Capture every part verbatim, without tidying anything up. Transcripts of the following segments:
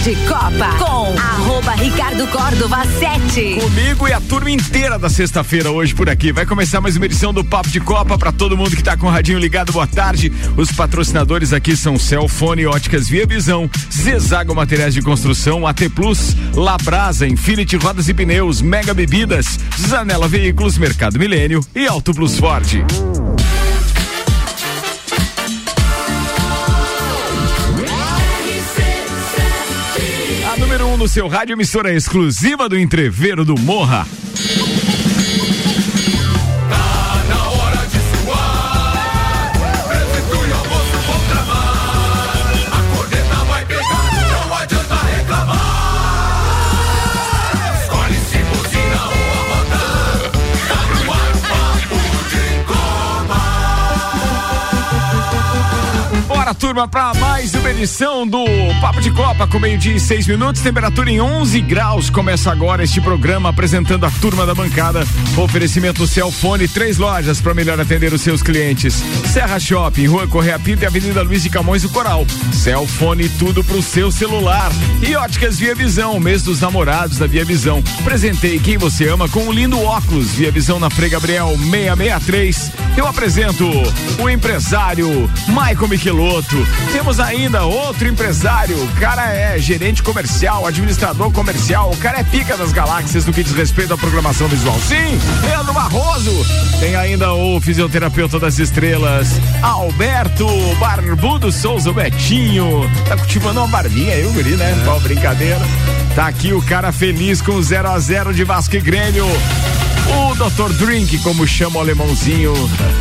de Copa com arroba Ricardo Córdova sete. Comigo e a turma inteira da sexta-feira hoje por aqui. Vai começar mais uma edição do Papo de Copa para todo mundo que tá com o radinho ligado. Boa tarde. Os patrocinadores aqui são Celfone, Óticas Via Visão, Zezago Materiais de Construção, A T Plus, Labrasa, Infinity Rodas e Pneus, Mega Bebidas, Zanela Veículos, Mercado Milênio e Auto Plus Ford. A número um no seu rádio, emissora exclusiva do Entreveiro do Morra. Turma, para mais uma edição do Papo de Copa com meio-dia e seis minutos, temperatura em onze graus. Começa agora este programa apresentando a turma da bancada. Oferecimento Celfone, três lojas para melhor atender os seus clientes: Serra Shopping, Rua Correia Pinto e Avenida Luiz de Camões do Coral. Celfone, tudo pro seu celular. E Óticas Via Visão, mês dos namorados da Via Visão. Presentei quem você ama com um lindo óculos. Via Visão na Frei Gabriel seiscentos e sessenta e três. Eu apresento o empresário Maicon Michelotto. Temos ainda outro empresário, o cara é gerente comercial, administrador comercial, o cara é pica das galáxias no que diz respeito à programação visual. Sim, Leandro Barroso. Tem ainda o fisioterapeuta das estrelas, Alberto Barbudo Souza, o Betinho. Tá cultivando uma barbinha aí, o guri, né? É. Qual brincadeira. Tá aqui o cara feliz com zero a zero de Vasco e Grêmio. O doutor Drink, como chama o alemãozinho.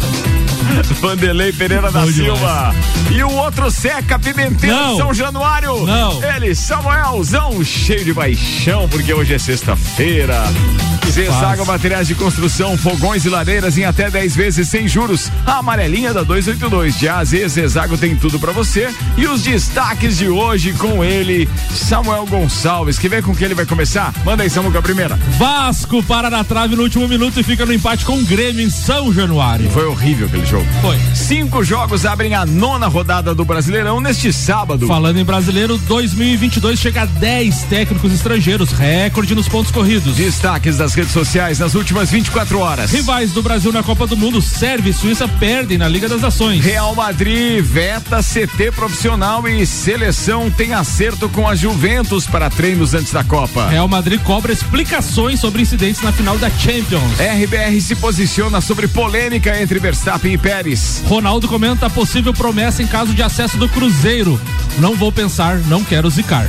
Vanderlei Pereira da Silva. E o outro Seca Pimenteiro de São Januário. Não. Ele, Samuelzão, cheio de paixão, porque hoje é sexta-feira. Zezago Materiais de Construção, fogões e lareiras em até dez vezes sem juros. A amarelinha da duzentos e oitenta e dois. De A a Z, Zezago tem tudo pra você. E os destaques de hoje com ele, Samuel Gonçalves. Que vem com que ele vai começar? Manda aí, Samuca, a primeira. Vasco para na trave no último minuto e fica no empate com o Grêmio em São Januário. Foi horrível aquele jogo. Foi. Cinco jogos abrem a nona rodada do Brasileirão neste sábado. Falando em brasileiro, dois mil e vinte e dois chega a dez técnicos estrangeiros, recorde nos pontos corridos. Destaques das redes sociais nas últimas vinte e quatro horas. Rivais do Brasil na Copa do Mundo, Sérvia e Suíça perdem na Liga das Nações. Real Madrid veta C T profissional e seleção tem acerto com a Juventus para treinos antes da Copa. Real Madrid cobra explicações sobre incidentes na final da Champions. R B R se posiciona sobre polêmica entre Verstappen e Pérez. Ronaldo comenta a possível promessa em caso de acesso do Cruzeiro. Não vou pensar, não quero zicar.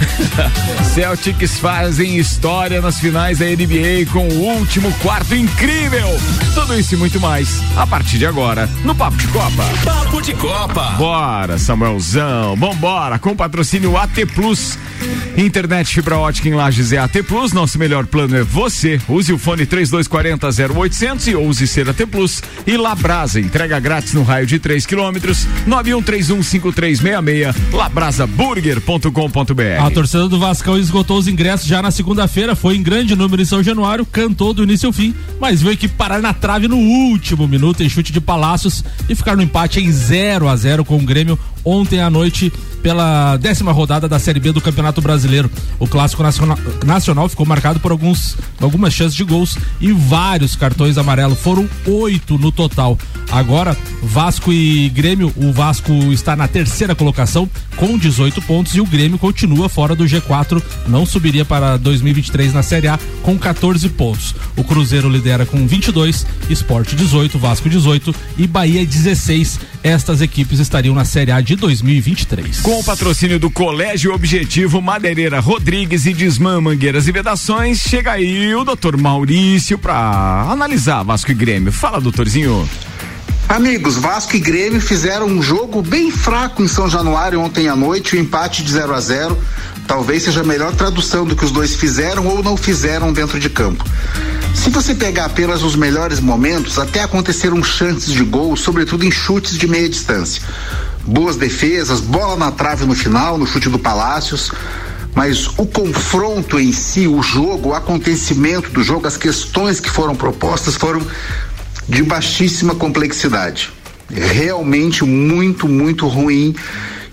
Celtics fazem história nas finais da N B A com o último quarto incrível. Tudo isso e muito mais a partir de agora no Papo de Copa. Papo de Copa. Bora, Samuelzão. Vambora, com patrocínio A T Plus. Internet fibra ótica em Lages é A T Plus. Nosso melhor plano é você. Use o fone três dois quatro zero zero oitocentos e ouse ser A T Plus. E Labrasa, entrega grátis no raio de três quilômetros. nove um três um cinco três seis seis. labrasa burger ponto com ponto b r. A torcida do Vascão esgotou os ingressos já na segunda-feira. Foi em grande número em São Januário. Cantou do início ao fim, mas veio que parar na trave no último minuto em chute de Palácios e ficar no empate em zero a zero com o Grêmio ontem à noite pela décima rodada da Série B do Campeonato Brasileiro. O clássico nacional, nacional ficou marcado por alguns, algumas chances de gols e vários cartões amarelos. Foram oito no total. Agora, Vasco e Grêmio, o Vasco está na terceira colocação com dezoito pontos e o Grêmio continua fora do G quatro, não subiria para dois mil e vinte e três na Série A com catorze pontos. O Cruzeiro lidera com vinte e dois, Sport dezoito, Vasco dezoito e Bahia dezesseis. Estas equipes estariam na Série A de dois mil e vinte e três. Com o patrocínio do Colégio Objetivo, Madeireira Rodrigues e Desmã Mangueiras e Vedações, chega aí o doutor Maurício para analisar Vasco e Grêmio. Fala, doutorzinho. Amigos, Vasco e Grêmio fizeram um jogo bem fraco em São Januário ontem à noite, o um empate de zero a zero. Talvez seja a melhor tradução do que os dois fizeram ou não fizeram dentro de campo. Se você pegar apenas os melhores momentos, até aconteceram chances de gol, sobretudo em chutes de meia distância. Boas defesas, bola na trave no final, no chute do Palácios. Mas o confronto em si, o jogo, o acontecimento do jogo, as questões que foram propostas foram de baixíssima complexidade. Realmente muito, muito ruim.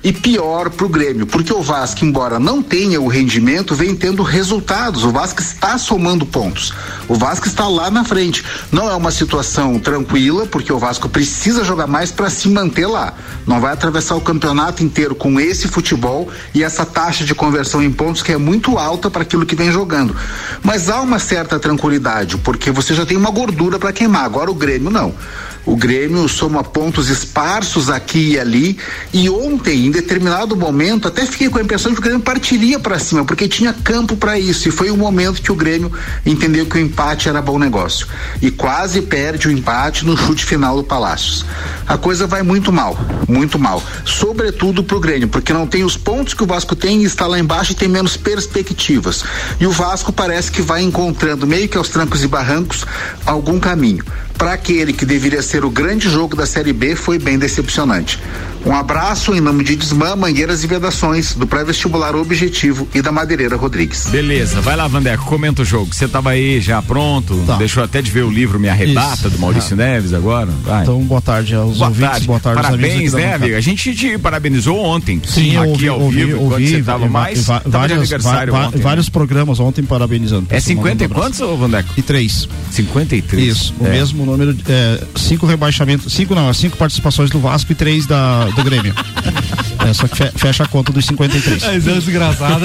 e pior pro Grêmio, porque o Vasco, embora não tenha o rendimento, vem tendo resultados. O Vasco está somando pontos. O Vasco está lá na frente. Não é uma situação tranquila, porque o Vasco precisa jogar mais para se manter lá. Não vai atravessar o campeonato inteiro com esse futebol e essa taxa de conversão em pontos que é muito alta para aquilo que vem jogando. Mas há uma certa tranquilidade, porque você já tem uma gordura para queimar. Agora o Grêmio não. O Grêmio soma pontos esparsos aqui e ali, e ontem, em determinado momento, até fiquei com a impressão de que o Grêmio partiria para cima, porque tinha campo para isso, e foi o momento que o Grêmio entendeu que o empate era bom negócio, e quase perde o empate no chute final do Palácios. A coisa vai muito mal, muito mal, sobretudo pro Grêmio, porque não tem os pontos que o Vasco tem, e está lá embaixo e tem menos perspectivas, e o Vasco parece que vai encontrando, meio que aos trancos e barrancos, algum caminho. Para aquele que deveria ser o grande jogo da Série B, foi bem decepcionante. Um abraço em nome de Desmã, Mangueiras e Vedações, do pré-vestibular Objetivo e da Madeireira Rodrigues. Beleza, vai lá, Vandeco, comenta o jogo. Você tava aí já pronto, tá. Deixou até de ver o livro Me Arrebata, isso, do Maurício é. Neves agora. Vai. Então, boa tarde aos boa ouvintes, tarde. boa tarde aos amigos. Parabéns, né, amiga? A gente te parabenizou ontem. Sim, aqui ouvi, ao ouvi, vivo, ouvi, quando você tava mais, va- tava várias, de aniversário va- ontem. Vários né? programas ontem parabenizando. É cinquenta e quantos, ô Vandeco? E três. cinquenta e três. Isso, é. O mesmo número, é, cinco rebaixamentos, cinco não, cinco participações do Vasco e três da, do Grêmio. É, só que fecha a conta dos cinquenta e três. É, isso é desgraçado.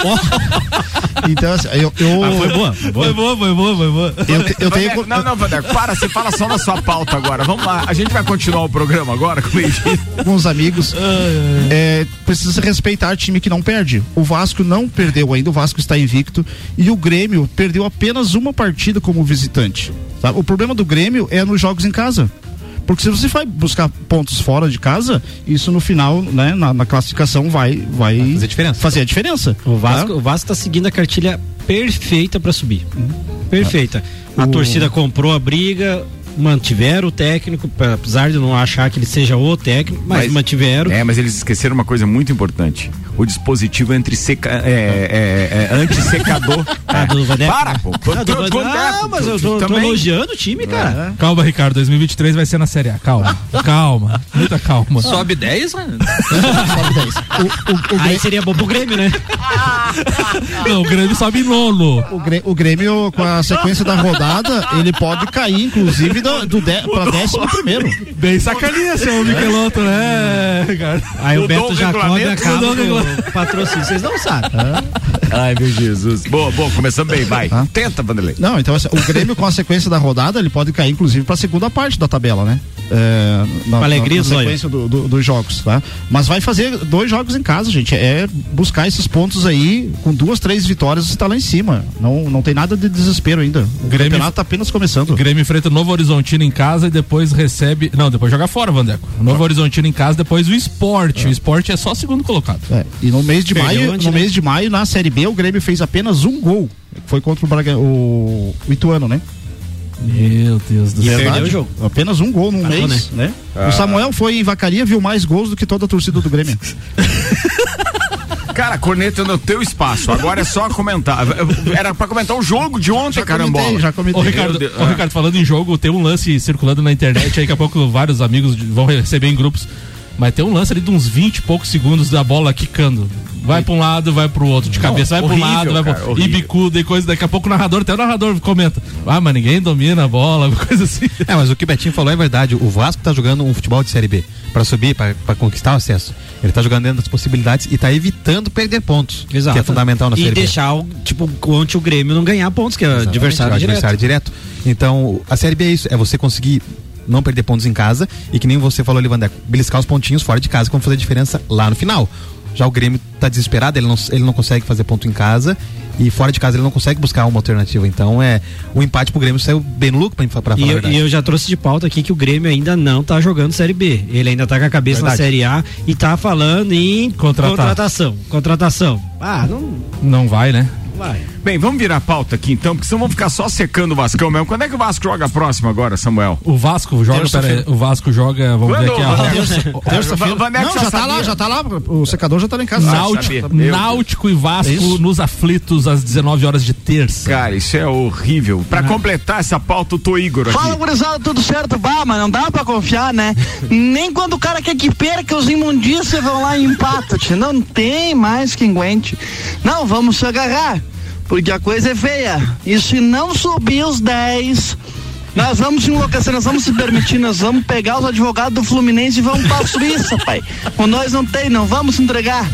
Então, assim, eu. eu ah, foi boa, foi boa, foi boa, foi boa. Foi boa. Eu, te, eu tenho. Não, não, Vandeco, para, você fala só na sua pauta agora. Vamos lá, a gente vai continuar o programa agora com alguns amigos. É, precisa se respeitar time que não perde. O Vasco não perdeu ainda, o Vasco está invicto. E o Grêmio perdeu apenas uma partida como visitante. Tá? O problema do Grêmio é nos jogos em casa. Porque se você vai buscar pontos fora de casa, isso no final, né, na, na classificação vai, vai, vai fazer, diferença. fazer a diferença. O Vasco, tá? O Vasco tá seguindo a cartilha perfeita para subir. Uhum. Perfeita. A o... torcida comprou a briga, mantiveram o técnico, apesar de não achar que ele seja o técnico, mas, mas mantiveram. É, mas eles esqueceram uma coisa muito importante. O dispositivo entre seca, é, é, é, anti-secador. Ah, do Vandeco. Para, pô. Ah, do Vandeco. Ah, mas eu tô, tô elogiando o time, cara. É. Calma, Ricardo, dois mil e vinte e três vai ser na Série A. Calma. Calma. Muita calma. Sobe dez, né? Sobe dez. O, o, o Aí seria bom pro Grêmio, né? Não, o Grêmio sobe nono. O Grêmio, o Grêmio, com a sequência da rodada, ele pode cair, inclusive, do, do de, pra décimo primeiro. Bem sacaninha, seu Michelotto, né, Ricardo? Aí o Beto Jacob acaba com patrocínio, vocês não sabem. Ai, meu Jesus. Boa, boa, começamos bem, vai. Ah. Tenta, Vanderlei. Não, então assim, o Grêmio com a sequência da rodada, ele pode cair, inclusive, pra segunda parte da tabela, né? É, na, com alegria, na, na sequência do, do, dos jogos, tá? Mas vai fazer dois jogos em casa, gente. É buscar esses pontos aí, com duas, três vitórias, você tá lá em cima. Não, não tem nada de desespero ainda. O Grêmio, campeonato tá apenas começando. O Grêmio enfrenta o Novo Horizontino em casa e depois recebe. Não, depois joga fora, Vandeco. O Novo Horizontino em casa, depois o Sport. É. O Sport é só segundo colocado. É. E no mês de Perdeu maio, onde, no né? mês de maio, na Série B, o Grêmio fez apenas um gol. Foi contra o, Braga, o, o Ituano, né? Meu Deus do céu. Verdade, perdeu o jogo. Apenas um gol num Parou, mês, né? né? Ah. O Samuel foi em Vacaria, viu mais gols do que toda a torcida do Grêmio. Cara, corneta no teu espaço. Agora é só comentar. Era pra comentar o jogo de ontem, carambola. Já comentei. Ô, Ricardo, ô, Ricardo, falando em jogo, tem um lance circulando na internet aí, daqui a pouco vários amigos vão receber em grupos. Mas tem um lance ali de uns vinte e poucos segundos da bola quicando. Vai pra um lado, vai pro outro, de cabeça, vai horrível, pro lado, vai pro cara, e bicuda e coisa. Daqui a pouco o narrador, até o narrador comenta. Ah, mas ninguém domina a bola, coisa assim. É, mas o que o Betinho falou é verdade. O Vasco tá jogando um futebol de Série B pra subir, pra, pra conquistar o acesso. Ele tá jogando dentro das possibilidades e tá evitando perder pontos. Exato. Que é fundamental na e Série B. E deixar o, tipo, onde o Grêmio não ganhar pontos, que é o adversário, adversário direto. Então, a Série B é isso, é você conseguir não perder pontos em casa e que nem você falou ali, Vandeco, beliscar os pontinhos fora de casa que vão fazer diferença lá no final. Já o Grêmio tá desesperado, ele não, ele não consegue fazer ponto em casa e fora de casa ele não consegue buscar uma alternativa. Então é o empate pro Grêmio saiu bem no lucro pra, pra falar e a eu, verdade. E eu já trouxe de pauta aqui que o Grêmio ainda não tá jogando Série B. Ele ainda tá com a cabeça verdade. Na Série A e tá falando em Contratar. contratação. Contratação. Ah, não. Não vai, né? Vai. Bem, vamos virar a pauta aqui então, porque senão vamos ficar só secando o Vascão mesmo. Quando é que o Vasco joga a próxima agora, Samuel? O Vasco joga, peraí, o Vasco joga, vamos Quando? ver aqui a Terça-feira. Não, já tá lá, já tá lá. O secador já tá lá em casa. Náutico, Náutico e Vasco isso. Nos aflitos às dezenove horas de terça. Cara, isso é horrível. Pra ah. completar essa pauta, eu tô Igor aqui. Fala, gurizada, tudo certo? Bah, mas não dá pra confiar, né? Nem quando o cara quer que perca, os imundícios vão lá e empatam. Não tem mais quem aguente. Não, vamos se agarrar. Porque a coisa é feia. E se não subir os dez, nós vamos enlouquecer, nós vamos se permitir, nós vamos pegar os advogados do Fluminense e vamos pra Suíça, pai. Com nós não tem, não vamos se entregar.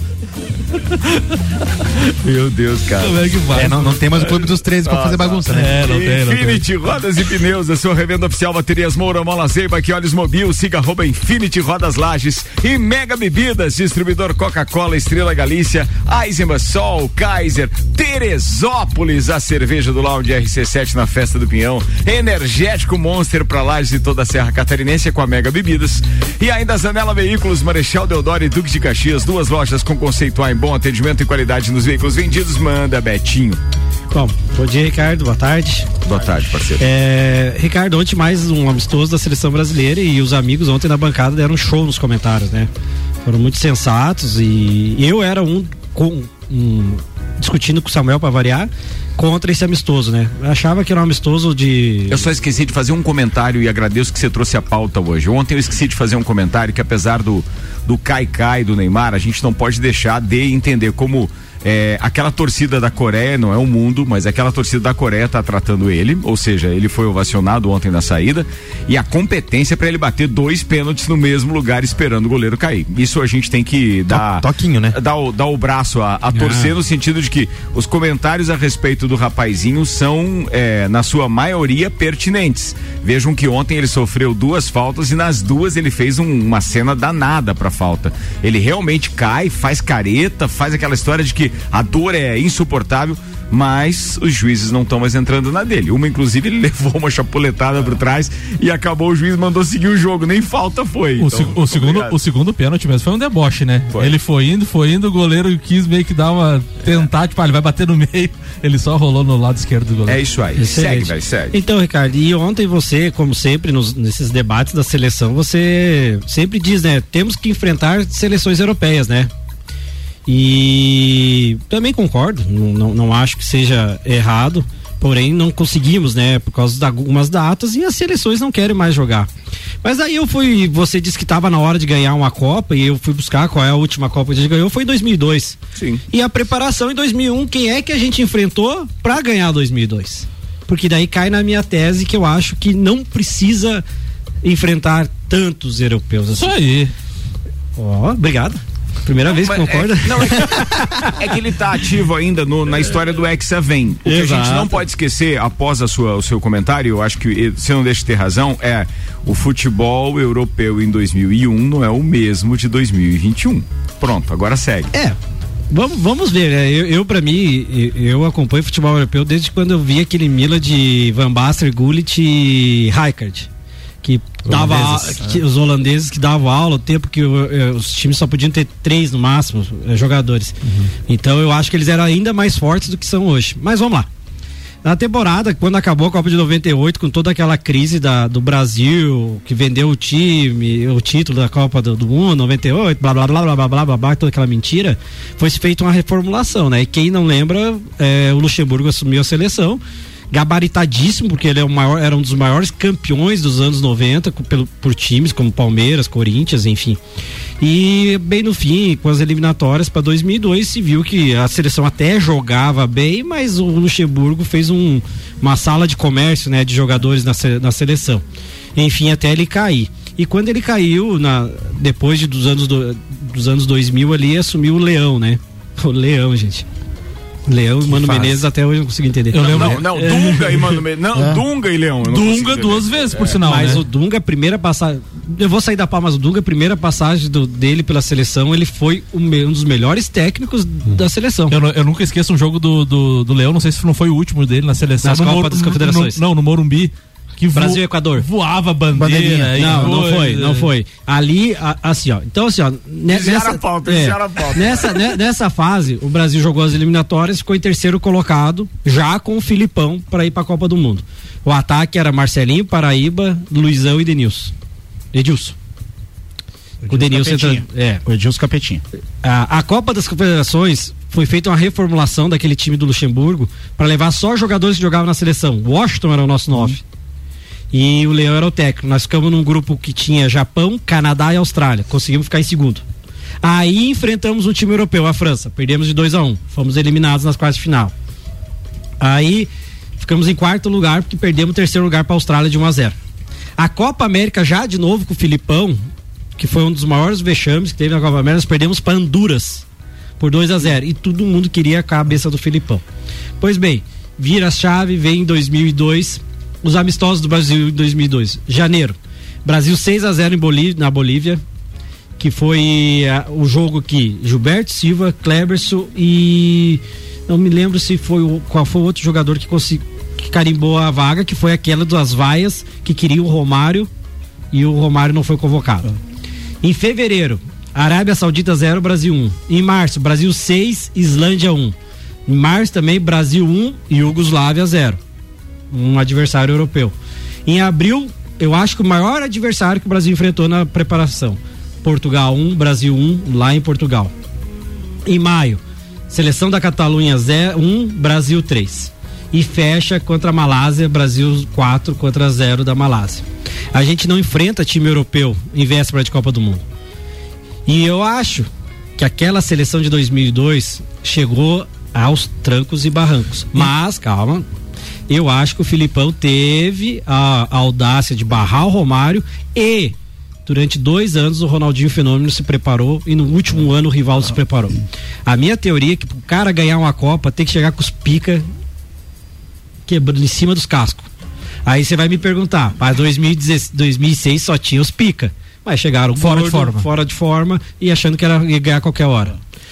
Meu Deus, cara. Como é que vai? É, não, não tem mais o Clube dos treze pra ah, fazer bagunça, tá. né? É, não tem, não Infinity tem. Rodas e Pneus, a sua revenda oficial, baterias Moura, Mola Zeiba, que Olhos Mobil, siga arroba Infinity Rodas Lages e Mega Bebidas, distribuidor Coca-Cola, Estrela Galícia, Eisenbach, Sol, Kaiser, Teresópolis, a cerveja do Lounge R C sete na Festa do Pinhão, Energético Monster pra Lages e toda a Serra Catarinense com a Mega Bebidas e ainda a Zanela Veículos, Marechal Deodoro e Duque de Caxias, duas lojas com conceito A em bom atendimento e qualidade nos veículos vendidos. Manda, Betinho. Bom, bom dia, Ricardo, boa tarde. Boa tarde, parceiro. É, Ricardo, ontem mais um amistoso da seleção brasileira e os amigos ontem na bancada deram um show nos comentários, né? Foram muito sensatos e eu era um, com, um discutindo com o Samuel para variar contra esse amistoso, né? Eu achava que era um amistoso de... Eu só esqueci de fazer um comentário e agradeço que você trouxe a pauta hoje. Ontem eu esqueci de fazer um comentário que apesar do do Kaikai do Neymar, a gente não pode deixar de entender como é, aquela torcida da Coreia, não é o mundo, mas aquela torcida da Coreia tá tratando ele, ou seja, ele foi ovacionado ontem na saída e a competência para ele bater dois pênaltis no mesmo lugar esperando o goleiro cair. Isso a gente tem que dar... Toquinho, né? Dar o, dar o braço a, a torcer no sentido de que os comentários a respeito do rapazinho são, é, na sua maioria, pertinentes. Vejam que ontem ele sofreu duas faltas e nas duas ele fez um, uma cena danada pra falta. Ele realmente cai, faz careta, faz aquela história de que a dor é insuportável, mas os juízes não estão mais entrando na dele. Uma, inclusive, ele levou uma chapuletada por trás e acabou, o juiz mandou seguir o jogo, nem falta foi. O, então, se, o, segundo, o segundo pênalti mesmo foi um deboche, né? Foi. Ele foi indo, foi indo, o goleiro quis meio que dar uma tentar, é. tipo, ah, ele vai bater no meio, ele só rolou no lado esquerdo do goleiro. É isso aí, Excelente. segue, vai, segue. Então, Ricardo, e ontem você, como sempre, nos, nesses debates da seleção, você sempre diz, né, temos que enfrentar seleções europeias, né? E também concordo, não, não, não acho que seja errado, porém não conseguimos, né, por causa de algumas datas e as seleções não querem mais jogar. Mas aí eu fui, você disse que estava na hora de ganhar uma Copa e eu fui buscar qual é a última Copa que a gente ganhou, foi em dois mil e dois. Sim. E a preparação em dois mil e um, quem é que a gente enfrentou para ganhar dois mil e dois? Porque daí cai na minha tese que eu acho que não precisa enfrentar tantos europeus assim. Isso aí. Ó, oh, obrigado. Primeira vez que concorda? É, não, é, é que ele tá ativo ainda no, na história do Hexa Vem. O que Exato. A gente não pode esquecer, após a sua, o seu comentário, eu acho que você não deixa de ter razão, é o futebol europeu em dois mil e um não é o mesmo de dois mil e vinte e um. Pronto, agora segue. É. Vamos, vamos ver, né? Eu, eu pra mim, eu, eu acompanho futebol europeu desde quando eu vi aquele Milan de Van Basten, Gullit e Rijkaard. Que dava holandeses, que, é. os holandeses que davam aula, o tempo que o, os times só podiam ter três no máximo jogadores. Uhum. Então eu acho que eles eram ainda mais fortes do que são hoje. Mas vamos lá. Na temporada, quando acabou a Copa de noventa e oito, com toda aquela crise da, do Brasil, que vendeu o time, o título da Copa do, do Mundo, noventa e oito, blá blá blá blá blá blá blá blá, toda aquela mentira, foi feita uma reformulação, né? E quem não lembra, é, o Luxemburgo assumiu a seleção, gabaritadíssimo, porque ele é o maior, era um dos maiores campeões dos anos noventa pelo, por times como Palmeiras, Corinthians, enfim. E bem no fim, com as eliminatórias para dois mil e dois, se viu que a seleção até jogava bem, mas o Luxemburgo fez um, uma sala de comércio, né, de jogadores na, na seleção. Enfim, até ele cair. E quando ele caiu, na, depois de, dos, anos do, dos anos dois mil ali, assumiu o Leão, né? O Leão, gente. Leão e Mano faz. Menezes até hoje eu não consigo entender. Eu não, não, não, Dunga e Mano Menezes. Não, é. Dunga e Leão. Dunga duas vezes, por é. sinal. Mas né? o Dunga, a primeira passagem. Eu vou sair da pá, mas o Dunga, a primeira passagem do, dele pela seleção, ele foi um, um dos melhores técnicos hum. da seleção. Eu, eu nunca esqueço um jogo do, do, do Leão, não sei se não foi o último dele na seleção. Nas Copas das Confederações. No, não, no Morumbi. Que vo... Brasil e Equador. Voava bandeira. Não, não foi, não foi. Ali, a, assim, ó. Então, assim, ó. Nessa, a pauta, é, a pauta. Nessa, né, nessa fase, o Brasil jogou as eliminatórias, ficou em terceiro colocado, já com o Filipão para ir para a Copa do Mundo. O ataque era Marcelinho, Paraíba, Luizão e Denilson. Edilson. O Denilson entra, é. O Edilson Capetinha. A, a Copa das Confederações foi feita uma reformulação daquele time do Luxemburgo para levar só jogadores que jogavam na seleção. Washington era o nosso nove. Hum. E o Leão era o técnico. Nós ficamos num grupo que tinha Japão, Canadá e Austrália. Conseguimos ficar em segundo. Aí enfrentamos um time europeu, a França. Perdemos de dois a um. Fomos eliminados nas quartas de final. Aí ficamos em quarto lugar porque perdemos o terceiro lugar para a Austrália de um a zero. A Copa América já de novo com o Filipão, que foi um dos maiores vexames que teve na Copa América, nós perdemos para Honduras por dois a zero e todo mundo queria a cabeça do Filipão. Pois bem, vira a chave, vem em dois mil e dois, os amistosos do Brasil em dois mil e dois. Janeiro, Brasil seis a zero em Bolívia, na Bolívia, que foi uh, o jogo que Gilberto Silva, Kleberson e não me lembro se foi o, qual foi o outro jogador que conseguiu, que carimbou a vaga, que foi aquela das vaias que queria o Romário e o Romário não foi convocado. Em fevereiro, Arábia Saudita zero, Brasil um. Em março, Brasil seis, Islândia um. Em março também, Brasil um e Iugoslávia zero. Um adversário europeu. Em abril, eu acho que o maior adversário que o Brasil enfrentou na preparação. Portugal um, Brasil um, lá em Portugal. Em maio, Seleção da Catalunha um, Brasil três. E fecha contra a Malásia, Brasil quatro contra zero da Malásia. A gente não enfrenta time europeu em véspera de Copa do Mundo. E eu acho que aquela seleção de dois mil e dois chegou aos trancos e barrancos. Mas, calma, eu acho que o Filipão teve a, a audácia de barrar o Romário e durante dois anos o Ronaldinho Fenômeno se preparou e no último ano o Rivaldo se preparou. A minha teoria é que pro cara ganhar uma Copa tem que chegar com os pica quebrando em cima dos cascos. Aí você vai me perguntar, mas dois mil e seis só tinha os pica, mas chegaram fora gordo, de forma, fora de forma e achando que era ia ganhar a qualquer hora.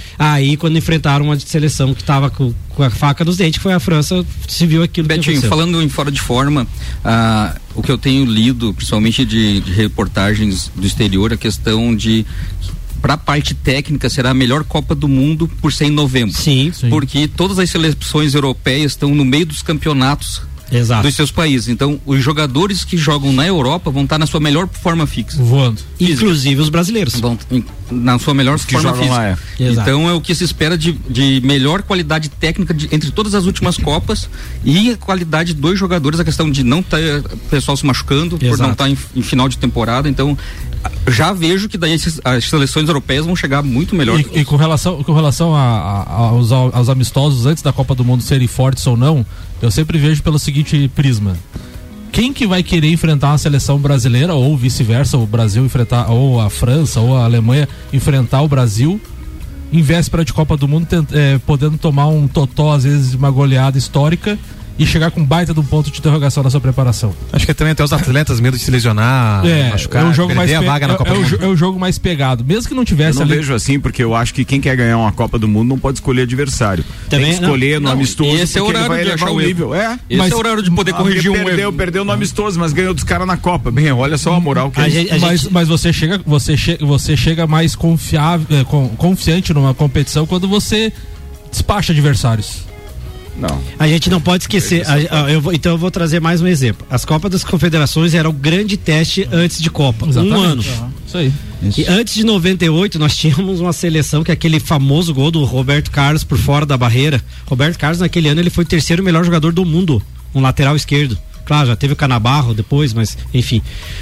Aí quando enfrentaram uma seleção que estava com, com a faca nos dentes, que foi a França, se viu aquilo. Betinho, que falando em fora de forma, ah, o que eu tenho lido, principalmente de, de reportagens do exterior, a questão de para a parte técnica será a melhor Copa do Mundo por ser em novembro. Sim, sim. Porque todas as seleções europeias estão no meio dos campeonatos. Exato. Dos seus países. Então, os jogadores que jogam na Europa vão estar na sua melhor forma fixa. Voando. Física. Inclusive os brasileiros. Vão na sua melhor que forma física. Lá, é. Então, é o que se espera de, de melhor qualidade técnica de, entre todas as últimas Copas e a qualidade dos jogadores, a questão de não ter o pessoal se machucando, Exato. Por não estar em, em final de temporada. Então, já vejo que daí as seleções europeias vão chegar muito melhor. E, e com relação, com relação a, a, aos, aos amistosos antes da Copa do Mundo serem fortes ou não, eu sempre vejo pelo seguinte prisma: quem que vai querer enfrentar uma seleção brasileira ou vice-versa, o Brasil enfrentar, ou a França ou a Alemanha enfrentar o Brasil em véspera de Copa do Mundo, tent, é, podendo tomar um totó, às vezes uma goleada histórica e chegar com baita de um ponto de interrogação na sua preparação. Acho que também até os atletas, medo de se lesionar, é, machucar, é o jogo mais a vaga é, na Copa é, do Mundo. É o jogo mais pegado, mesmo que não tivesse. Eu não ali... vejo assim, porque eu acho que quem quer ganhar uma Copa do Mundo não pode escolher adversário. Também, tem que escolher não, no não, amistoso, esse é o horário vai de achar o nível. É, esse mas, é o horário de poder corrigir um perdeu, erro. Perdeu no amistoso, mas ganhou dos caras na Copa. Bem, olha só a moral que a é gente, a mas, gente... mas você chega, você chega, você chega mais confiável, confiante numa competição quando você despacha adversários. Não. A gente não pode esquecer. A, a, eu vou, então eu vou trazer mais um exemplo. As Copas das Confederações eram o grande teste antes de Copa. Exatamente. Um ano. Uhum. Isso aí. Isso. E antes de noventa e oito, nós tínhamos uma seleção que é aquele famoso gol do Roberto Carlos por fora da barreira. Roberto Carlos, naquele ano, ele foi o terceiro melhor jogador do mundo, um lateral esquerdo. Claro, já teve o Canabarro depois, mas enfim.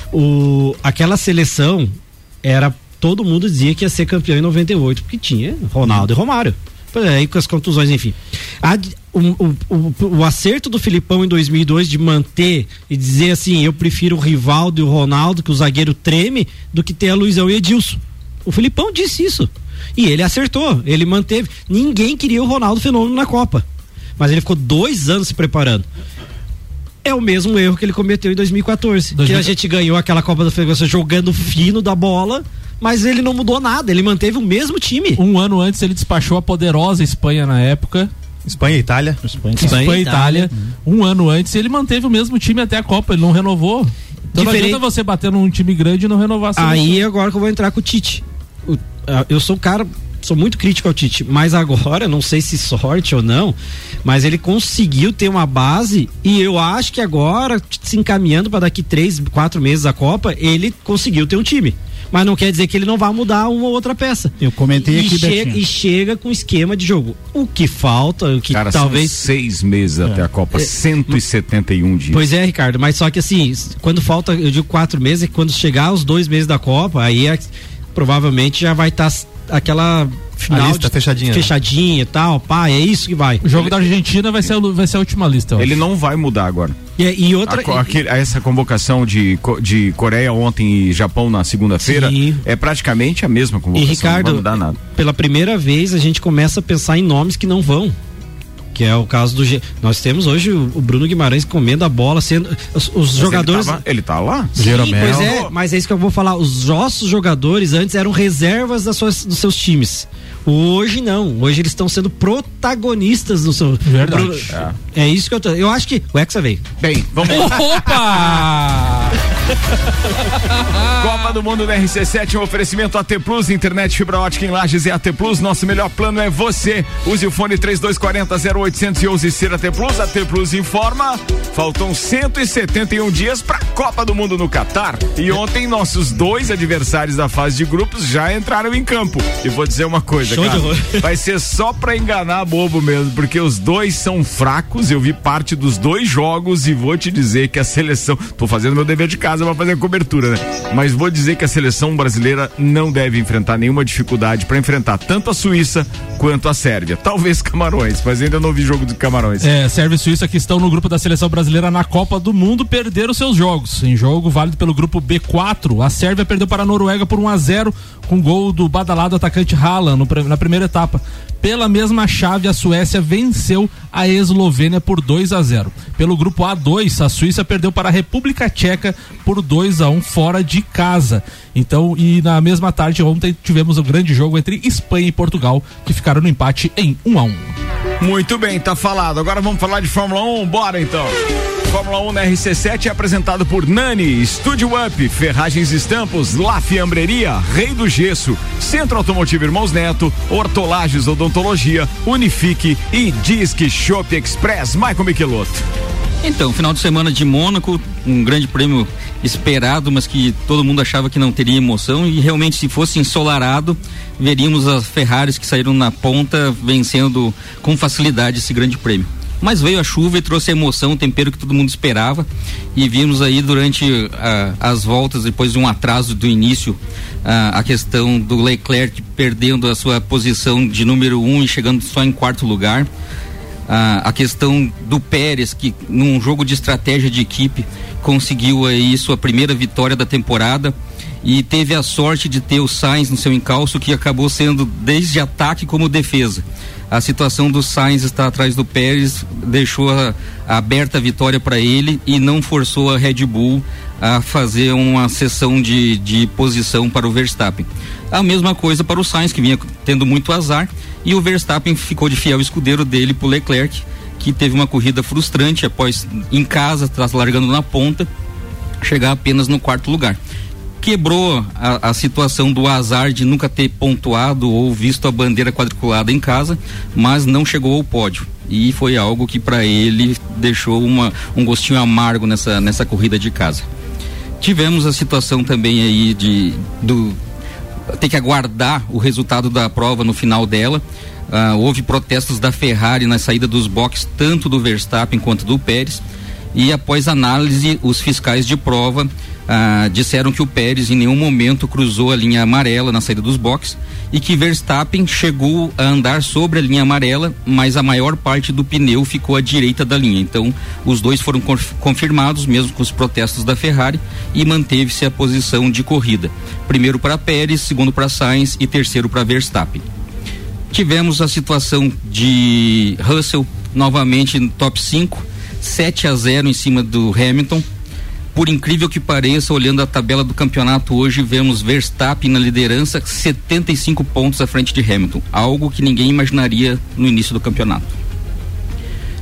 O, aquela seleção era. Todo mundo dizia que ia ser campeão em noventa e oito, porque tinha Ronaldo e Romário. Aí com as contusões, enfim. A, o, o, o, o acerto do Filipão em dois mil e dois de manter e dizer assim: eu prefiro o Rivaldo e o Ronaldo, que o zagueiro treme, do que ter a Luizão e Edilson. O Filipão disse isso. E ele acertou, ele manteve. Ninguém queria o Ronaldo Fenômeno na Copa. Mas ele ficou dois anos se preparando. É o mesmo erro que ele cometeu em dois mil e quatorze. dois mil... Que a gente ganhou aquela Copa da Federação jogando fino da bola. Mas ele não mudou nada, ele manteve o mesmo time. Um ano antes ele despachou a poderosa Espanha na época Espanha e Itália. Espanha, Espanha, Espanha e Itália. Itália. Um ano antes ele manteve o mesmo time até a Copa, ele não renovou. Então Diferente. Não adianta você bater num time grande e não renovar a seleção. Aí agora que eu vou entrar com o Tite. O, eu sou um cara, sou muito crítico ao Tite, mas agora, não sei se sorte ou não, mas ele conseguiu ter uma base e eu acho que agora, se encaminhando para daqui três, quatro meses a Copa, ele conseguiu ter um time. Mas não quer dizer que ele não vai mudar uma ou outra peça. Eu comentei e aqui, chega, E chega com esquema de jogo. O que falta, o que Cara, talvez... são seis meses é. até a Copa, é. cento e setenta e um dias. Pois é, Ricardo, mas só que assim, quando falta, eu digo quatro meses, quando chegar os dois meses da Copa, aí é, provavelmente já vai estar tá aquela... final a lista de, fechadinha fechadinha e tal, pá, é isso que vai. O jogo ele, da Argentina vai ser, vai ser a última lista. Ele não vai mudar agora. E, e outra a, aquele, essa convocação de, de Coreia ontem e Japão na segunda-feira é praticamente a mesma convocação. E Ricardo, não vai mudar nada. Pela primeira vez a gente começa a pensar em nomes que não vão. Que é o caso do. Nós temos hoje o, o Bruno Guimarães comendo a bola, sendo. Os, os jogadores. Ele, tava, ele tá lá? Sim, Jeromel. Pois é, mas é isso que eu vou falar. Os nossos jogadores antes eram reservas das suas, dos seus times. Hoje não, hoje eles estão sendo protagonistas do seu. Verdade. Bruno, é. é isso que eu tô. Eu acho que o Hexa veio. Bem, vamos lá. Opa! Copa do Mundo da R C sete, um oferecimento A T Plus, internet fibra ótica em Lages é A T Plus, nosso melhor plano é você. Use o fone três dois quatro zero zero oito um um ser A T Plus. A T Plus informa, faltam cento e setenta e um dias pra Copa do Mundo no Catar. E ontem nossos dois adversários da fase de grupos já entraram em campo. E vou dizer uma coisa, Show cara, de horror. Vai ser só pra enganar bobo mesmo, porque os dois são fracos, eu vi parte dos dois jogos e vou te dizer que a seleção, tô fazendo meu dever de casa pra fazer a cobertura, né? Mas vou dizer que a seleção brasileira não deve enfrentar nenhuma dificuldade pra enfrentar tanto a Suíça quanto a Sérvia. Talvez Camarões, mas ainda não vi jogo de Camarões. É, Sérvia e Suíça que estão no grupo da seleção brasileira na Copa do Mundo perderam seus jogos. Em jogo válido pelo grupo B quatro, a Sérvia perdeu para a Noruega por um a zero com gol do badalado atacante Haaland no, na primeira etapa. Pela mesma chave, a Suécia venceu a Eslovênia por dois a zero. Pelo grupo A dois, a Suíça perdeu para a República Tcheca por dois a um fora de casa. Então, e na mesma tarde ontem tivemos um grande jogo entre Espanha e Portugal, que ficaram no empate em um a um. Muito bem, tá falado. Agora vamos falar de Fórmula um, bora então. Fórmula um na R C sete é apresentado por Nani, Studio Up, Ferragens e Estampos, La Fiambreria, Rei do Gesso, Centro Automotivo Irmãos Neto, Hortolagens Odontologia, Unifique e Disque Shop Express. Michael Michelotto. Então, final de semana de Mônaco, um grande prêmio esperado, mas que todo mundo achava que não teria emoção, e realmente, se fosse ensolarado, veríamos as Ferraris que saíram na ponta vencendo com facilidade esse grande prêmio. Mas veio a chuva e trouxe a emoção, o tempero que todo mundo esperava, e vimos aí durante uh, as voltas, depois de um atraso do início, uh, a questão do Leclerc perdendo a sua posição de número um e chegando só em quarto lugar. Uh, a questão do Pérez, que num jogo de estratégia de equipe conseguiu aí sua primeira vitória da temporada e teve a sorte de ter o Sainz no seu encalço, que acabou sendo desde ataque como defesa. A situação do Sainz estar atrás do Pérez deixou a, a aberta a vitória para ele e não forçou a Red Bull a fazer uma sessão de, de posição para o Verstappen. A mesma coisa para o Sainz, que vinha tendo muito azar, e o Verstappen ficou de fiel escudeiro dele para o Leclerc, que teve uma corrida frustrante após, em casa, tá largando na ponta, chegar apenas no quarto lugar. Quebrou a, a situação do azar de nunca ter pontuado ou visto a bandeira quadriculada em casa, mas não chegou ao pódio, e foi algo que para ele deixou uma, um gostinho amargo nessa, nessa corrida de casa. Tivemos a situação também aí de do, ter que aguardar o resultado da prova no final dela. Uh, houve protestos da Ferrari na saída dos boxes, tanto do Verstappen quanto do Pérez, e após análise, os fiscais de prova Ah, disseram que o Pérez em nenhum momento cruzou a linha amarela na saída dos boxes e que Verstappen chegou a andar sobre a linha amarela, mas a maior parte do pneu ficou à direita da linha. Então, os dois foram conf- confirmados, mesmo com os protestos da Ferrari, e manteve-se a posição de corrida. Primeiro para Pérez, segundo para Sainz e terceiro para Verstappen. Tivemos a situação de Russell novamente no top cinco, sete a zero em cima do Hamilton. Por incrível que pareça, olhando a tabela do campeonato hoje, vemos Verstappen na liderança, setenta e cinco pontos à frente de Hamilton, algo que ninguém imaginaria no início do campeonato.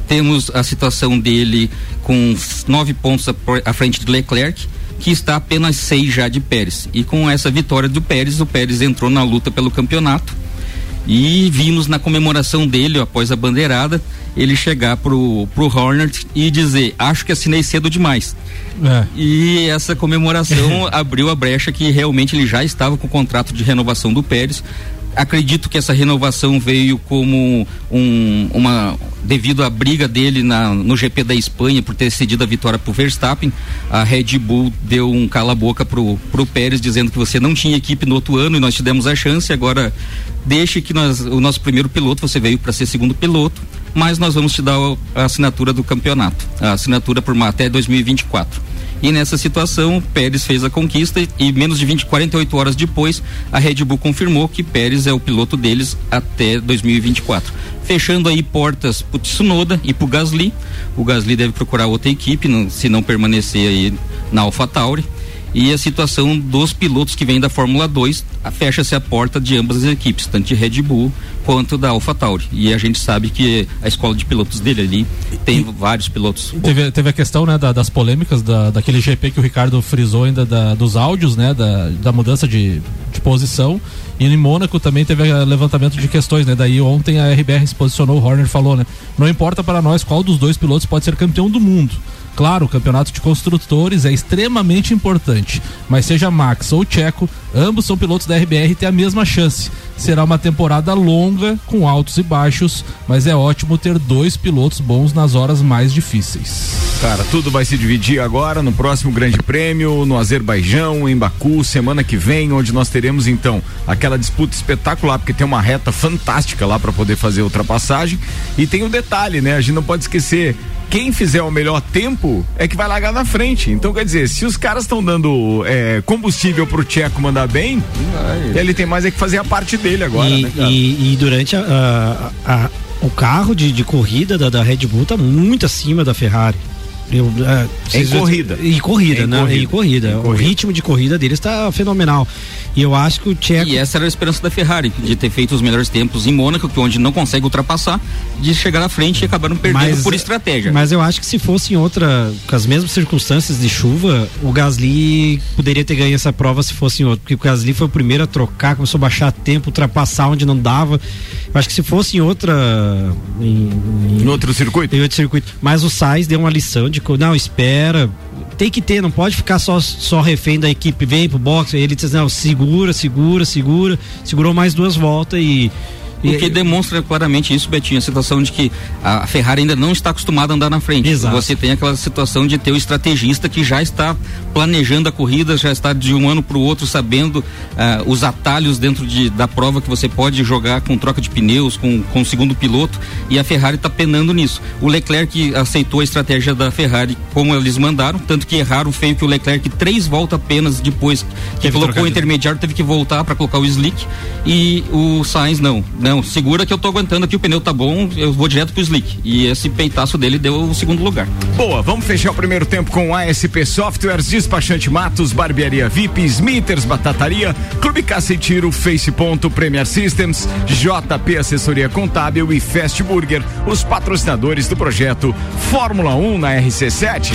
temos a situação dele com nove pontos à frente de Leclerc, que está apenas seis já de Pérez. E com essa vitória do Pérez, o Pérez entrou na luta pelo campeonato. E vimos na comemoração dele, após a bandeirada, ele chegar pro, pro Horner e dizer: acho que assinei cedo demais. É. E essa comemoração abriu a brecha que realmente ele já estava com o contrato de renovação do Pérez. Acredito que essa renovação veio como um, uma devido à briga dele na, no G P da Espanha por ter cedido a vitória pro Verstappen. A Red Bull deu um cala-boca pro, pro Pérez, dizendo que você não tinha equipe no outro ano e nós te demos a chance, agora deixe que nós, o nosso primeiro piloto, você veio para ser segundo piloto, mas nós vamos te dar a, a assinatura do campeonato, a assinatura por até dois mil e vinte e quatro. E nessa situação, o Pérez fez a conquista e, e menos de vinte, quarenta e oito horas depois, a Red Bull confirmou que Pérez é o piloto deles até dois mil e vinte e quatro. Fechando aí portas pro Tsunoda e pro Gasly. O Gasly deve procurar outra equipe, não, se não permanecer aí na AlphaTauri. E a situação dos pilotos que vêm da Fórmula dois, fecha-se a porta de ambas as equipes, tanto de Red Bull quanto da AlphaTauri. E a gente sabe que a escola de pilotos dele ali tem e vários pilotos. Teve, teve a questão, né, da, das polêmicas da, daquele G P que o Ricardo frisou ainda da, dos áudios, né, da, da mudança de, de posição. E em Mônaco também teve levantamento de questões, né? Daí ontem a R B R se posicionou, o Horner falou, né? Não importa para nós qual dos dois pilotos pode ser campeão do mundo. Claro, o campeonato de construtores é extremamente importante, mas seja Max ou Checo, ambos são pilotos da R B R e têm a mesma chance. Será uma temporada longa, com altos e baixos, mas é ótimo ter dois pilotos bons nas horas mais difíceis. Cara, tudo vai se dividir agora no próximo Grande Prêmio, no Azerbaijão, em Baku, semana que vem, onde nós teremos então aquela disputa espetacular, porque tem uma reta fantástica lá para poder fazer a ultrapassagem. E tem o detalhe, né? A gente não pode esquecer, quem fizer o melhor tempo é que vai largar na frente. Então, quer dizer, se os caras estão dando é, combustível pro Checo mandar bem, Ai. ele tem mais é que fazer a parte dele agora, e, né, cara? E, e durante a, a, a, o carro de, de corrida da, da Red Bull tá muito acima da Ferrari. Eu, uh, em, corrida. em corrida, em né? corrida, em corrida. em O corrida. ritmo de corrida deles está fenomenal. E eu acho que o Checo... E essa era a esperança da Ferrari, de ter feito os melhores tempos em Mônaco, que onde não consegue ultrapassar, de chegar na frente e acabaram perdendo mas, por estratégia. Mas eu acho que se fosse em outra, com as mesmas circunstâncias de chuva, o Gasly poderia ter ganho essa prova se fosse em outro, porque o Gasly foi o primeiro a trocar, começou a baixar tempo, ultrapassar onde não dava. Eu acho que se fosse em outra... Em, em outro circuito? Em outro circuito. Mas o Sainz deu uma lição de, não, espera... Tem que ter, não pode ficar só, só refém da equipe, vem pro boxe, ele diz, não, segura, segura, segura, segurou mais duas voltas e... O que demonstra claramente isso, Betinho, a situação de que a Ferrari ainda não está acostumada a andar na frente. Exato. Você tem aquela situação de ter o estrategista que já está planejando a corrida, já está de um ano para o outro sabendo uh, os atalhos dentro de, da prova que você pode jogar com troca de pneus, com, com o segundo piloto, e a Ferrari está penando nisso. O Leclerc aceitou a estratégia da Ferrari como eles mandaram, tanto que erraram feio que o Leclerc três voltas apenas depois que Teve colocou o de... intermediário teve que voltar para colocar o slick, e o Sainz não. Não, segura que eu tô aguentando aqui, o pneu tá bom, eu vou direto pro slick. E esse peitaço dele deu o segundo lugar. Boa, vamos fechar o primeiro tempo com A S P Softwares, Despachante Matos, Barbearia V I P, Smithers Batataria, Clube Caça e Tiro, Face Ponto, Premier Systems, J P Assessoria Contábil e Fast Burger, os patrocinadores do projeto Fórmula um na R C sete.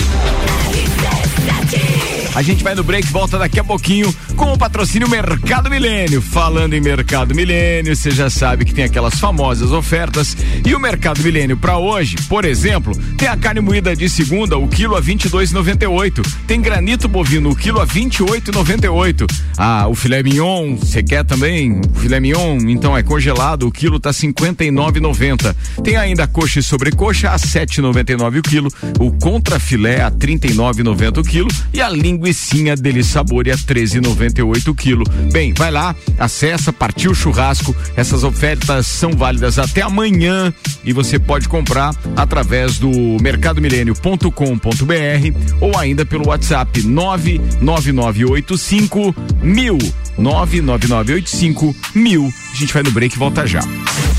A gente vai no break, volta daqui a pouquinho com o patrocínio Mercado Milênio. Falando em Mercado Milênio, você já sabe que tem aquelas famosas ofertas. E o Mercado Milênio para hoje, por exemplo, tem a carne moída de segunda, o quilo a vinte e dois e noventa e oito. Tem granito bovino, o quilo a vinte e oito e noventa e oito. Ah, o filé mignon, você quer também? O filé mignon, então é congelado, o quilo tá cinquenta e nove e noventa. Tem ainda a coxa e sobrecoxa a sete e noventa e nove o quilo, o contrafilé a trinta e nove e noventa o quilo e a linguiça Deli Sabor a treze e noventa e oito o quilo. Bem, vai lá, acessa, partiu o churrasco. Essas ofertas são válidas até amanhã e você pode comprar através do mercado milênio ponto com ponto b r ou ainda pelo WhatsApp nove nove nove oito cinco mil. nove nove nove oito cinco mil. A gente vai no break e volta já.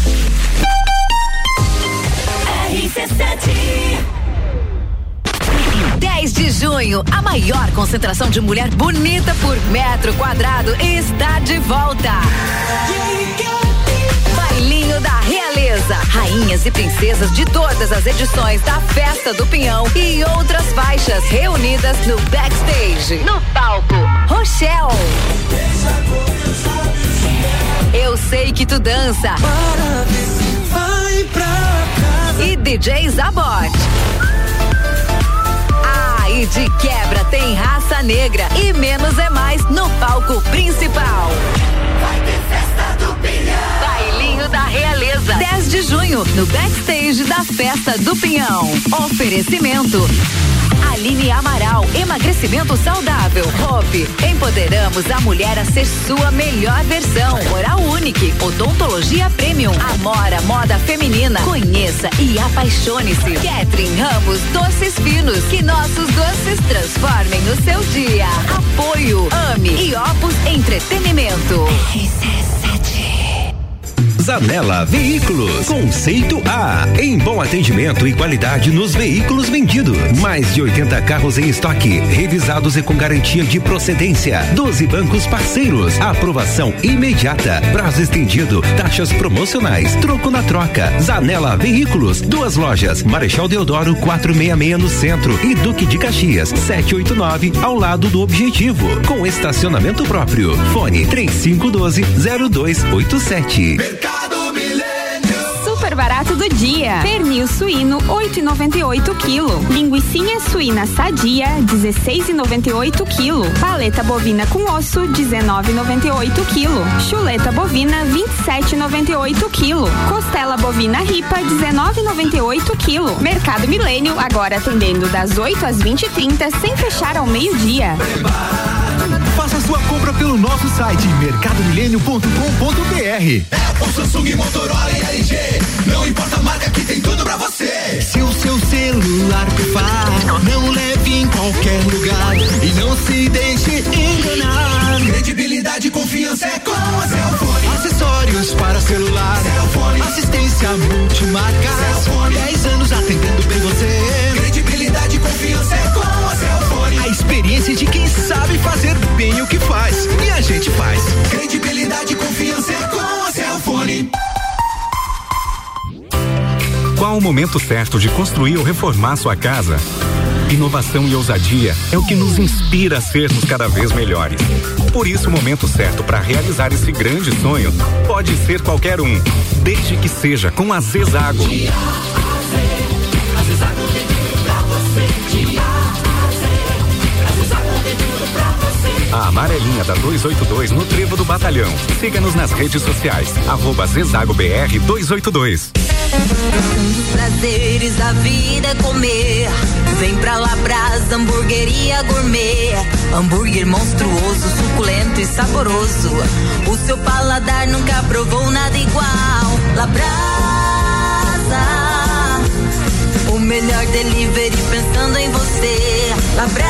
dez de junho, a maior concentração de mulher bonita por metro quadrado está de volta. Vai Bailinho da Realeza. Rainhas e princesas de todas as edições da Festa do Pinhão e outras faixas reunidas no backstage. No palco, Rochelle. Eu sei que tu dança. Vai pra casa. E D J Zabot. Ah, e de quebra tem Raça Negra e Menos é Mais no palco principal. Vai ter Festa do Pinhão. Bailinho da Realeza. dez de junho, no backstage da Festa do Pinhão. Oferecimento. Aline Amaral, emagrecimento saudável. Hope, empoderamos a mulher a ser sua melhor versão. Oral Unique, odontologia premium. Amora, moda feminina. Conheça e apaixone-se. Catherine Ramos, doces finos. Que nossos doces transformem o seu dia. Apoio, Ame e Opus Entretenimento. R C sete. Zanela Veículos, conceito A, em bom atendimento e qualidade nos veículos vendidos. Mais de oitenta carros em estoque, revisados e com garantia de procedência. doze bancos parceiros, aprovação imediata, prazo estendido, taxas promocionais, troco na troca. Zanela Veículos, duas lojas, Marechal Deodoro quatrocentos e sessenta e seis no centro e Duque de Caxias setecentos e oitenta e nove ao lado do Objetivo, com estacionamento próprio. Fone três cinco um dois zero dois oito sete. Super barato do dia. Pernil suíno oito e noventa e oito quilo. Linguicinha suína sadia dezesseis e noventa e oito quilo. Paleta bovina com osso dezenove e noventa e oito quilo. Chuleta bovina vinte e sete e noventa e oito quilo. Costela bovina ripa dezenove e noventa e oito quilo. Mercado Milênio agora atendendo das oito às vinte e trinta sem fechar ao meio-dia. Faça sua compra pelo nosso site mercado milênio ponto com ponto b r. Apple, Samsung, Motorola e L G. Não importa a marca, que tem tudo pra você. Se o seu celular pifar, não leve em qualquer lugar e não se deixe enganar. Credibilidade e confiança é com a Cellfone. Acessórios para celular, Cellfone. Assistência multimarcas, Cellfone. dez anos atendendo bem você. Credibilidade e confiança é com a Cellfone. A experiência de quem sabe fazer bem o que faz, e a gente faz. Credibilidade e confiança é com a Cellfone. Qual o momento certo de construir ou reformar sua casa? Inovação e ousadia é o que nos inspira a sermos cada vez melhores. Por isso, o momento certo para realizar esse grande sonho pode ser qualquer um, desde que seja com a Zezago. A amarelinha da duzentos e oitenta e dois no Trevo do Batalhão. Siga-nos nas redes sociais, arroba Zezago B R duzentos e oitenta e dois. Um dos prazeres da vida é comer. Vem pra Labrasa, hamburgueria gourmet. Hambúrguer monstruoso, suculento e saboroso. O seu paladar nunca provou nada igual. Labrasa, o melhor delivery pensando em você. Labrasa,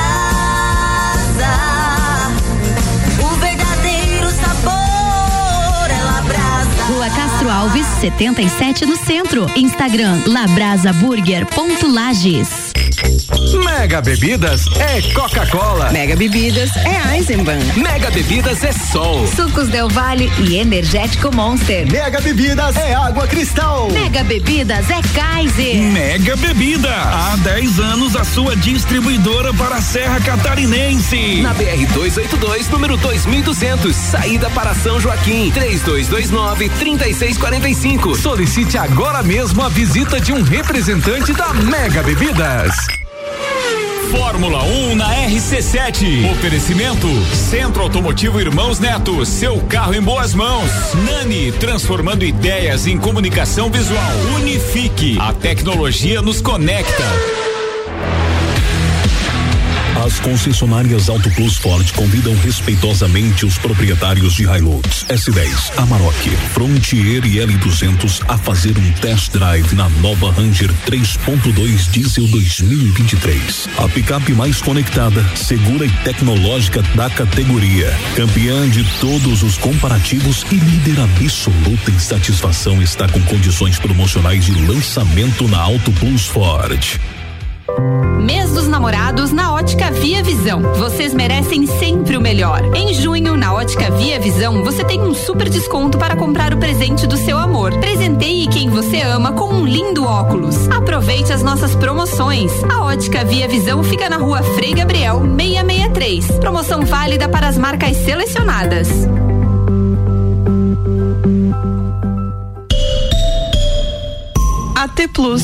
o verdadeiro sabor é Labrasa. Rua Castro Alves, setenta e sete no centro. Instagram labrasaburger.lages. Mega Bebidas é Coca-Cola. Mega Bebidas é Eisenbahn. Mega Bebidas é Sol. Sucos Del Valle e Energético Monster. Mega Bebidas é Água Cristal. Mega Bebidas é Kaiser. Mega Bebida, há dez anos a sua distribuidora para a Serra Catarinense. Na B R duzentos e oitenta e dois, número dois mil e duzentos, saída para São Joaquim, três dois dois nove, três seis quatro cinco. Solicite agora mesmo a visita de um representante da Mega Bebidas. Fórmula um na R C sete. Oferecimento Centro Automotivo Irmãos Neto, seu carro em boas mãos. Nani, transformando ideias em comunicação visual. Unifique, a tecnologia nos conecta. As concessionárias Auto Plus Ford convidam respeitosamente os proprietários de Hilux, S dez, Amarok, Frontier e L duzentos a fazer um test drive na nova Ranger três ponto dois Diesel dois mil e vinte e três. A picape mais conectada, segura e tecnológica da categoria. Campeã de todos os comparativos e líder absoluta em satisfação, está com condições promocionais de lançamento na Auto Plus Ford. Mês dos Namorados na Ótica Via Visão. Vocês merecem sempre o melhor. Em junho, na Ótica Via Visão, você tem um super desconto para comprar o presente do seu amor. Presenteie quem você ama com um lindo óculos. Aproveite as nossas promoções. A Ótica Via Visão fica na Rua Frei Gabriel, seiscentos e sessenta e três. Promoção válida para as marcas selecionadas. A T Plus.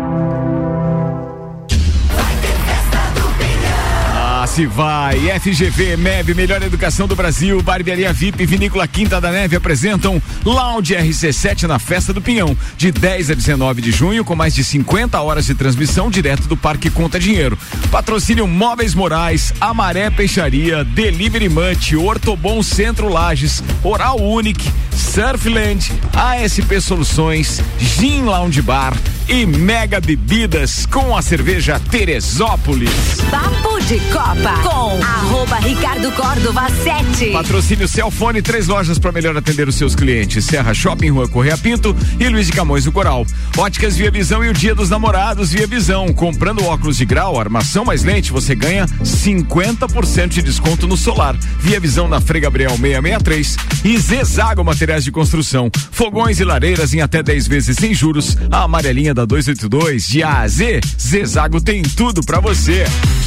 Se vai, F G V, M E B, Melhor Educação do Brasil, Barbearia V I P, Vinícola Quinta da Neve apresentam Lounge R C sete na Festa do Pinhão, de dez a dezenove de junho, com mais de cinquenta horas de transmissão direto do Parque Conta Dinheiro. Patrocínio Móveis Morais, Amaré Peixaria, Delivery Munch, Ortobon Centro Lages, Oral Unique, Surfland, A S P Soluções, Gin Lounge Bar e Mega Bebidas com a cerveja Teresópolis. Papo de Copa com arroba Ricardo Córdova sete. Patrocínio Celfone, três lojas para melhor atender os seus clientes: Serra Shopping, Rua Correia Pinto e Luiz de Camões do Coral. Óticas Via Visão e o Dia dos Namorados Via Visão. Comprando óculos de grau, armação mais lente, você ganha cinquenta por cento de desconto no solar. Via Visão na Frei Gabriel seiscentos e sessenta e três e Zezago Materiais de Construção. Fogões e lareiras em até dez vezes sem juros. A amarelinha da duzentos e oitenta e dois, de A a Z, Zezago tem tudo pra você.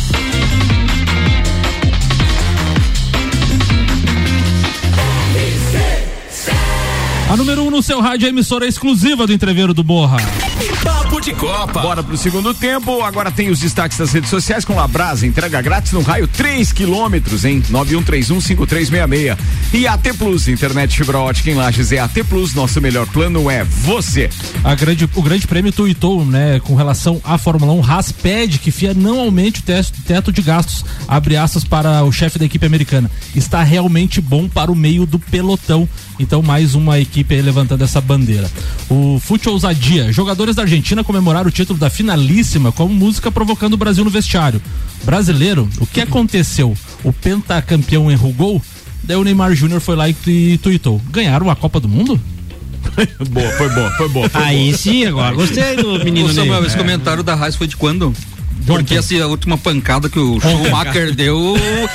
A número um no seu rádio é a emissora exclusiva do Entreveiro do Morra. Papo de Copa. Bora pro segundo tempo. Agora tem os destaques das redes sociais com Labrasa. Entrega grátis no raio três quilômetros, hein? nove um três um cinco três seis seis. E A T Plus, internet fibra ótica em Lages é A T Plus. Nosso melhor plano é você. A grande, o grande prêmio tuitou, né, com relação à Fórmula um. Haas pede que F I A não aumente o teto, teto de gastos. Abre aspas para o chefe da equipe americana. Está realmente bom para o meio do pelotão. Então, mais uma equipe aí levantando essa bandeira. O Fute Ousadia. Jogadores da Argentina comemoraram o título da finalíssima com música provocando o Brasil no vestiário. Brasileiro, o que aconteceu? O pentacampeão errou gol? Daí o Neymar Júnior foi lá e tuitou. Ganharam a Copa do Mundo? Boa, foi boa, foi boa. Foi Aí boa. sim, agora gostei do menino Ô, Samuel, Ney. esse É. comentário da Raiz foi de quando? Porque assim, a última pancada que o Schumacher deu,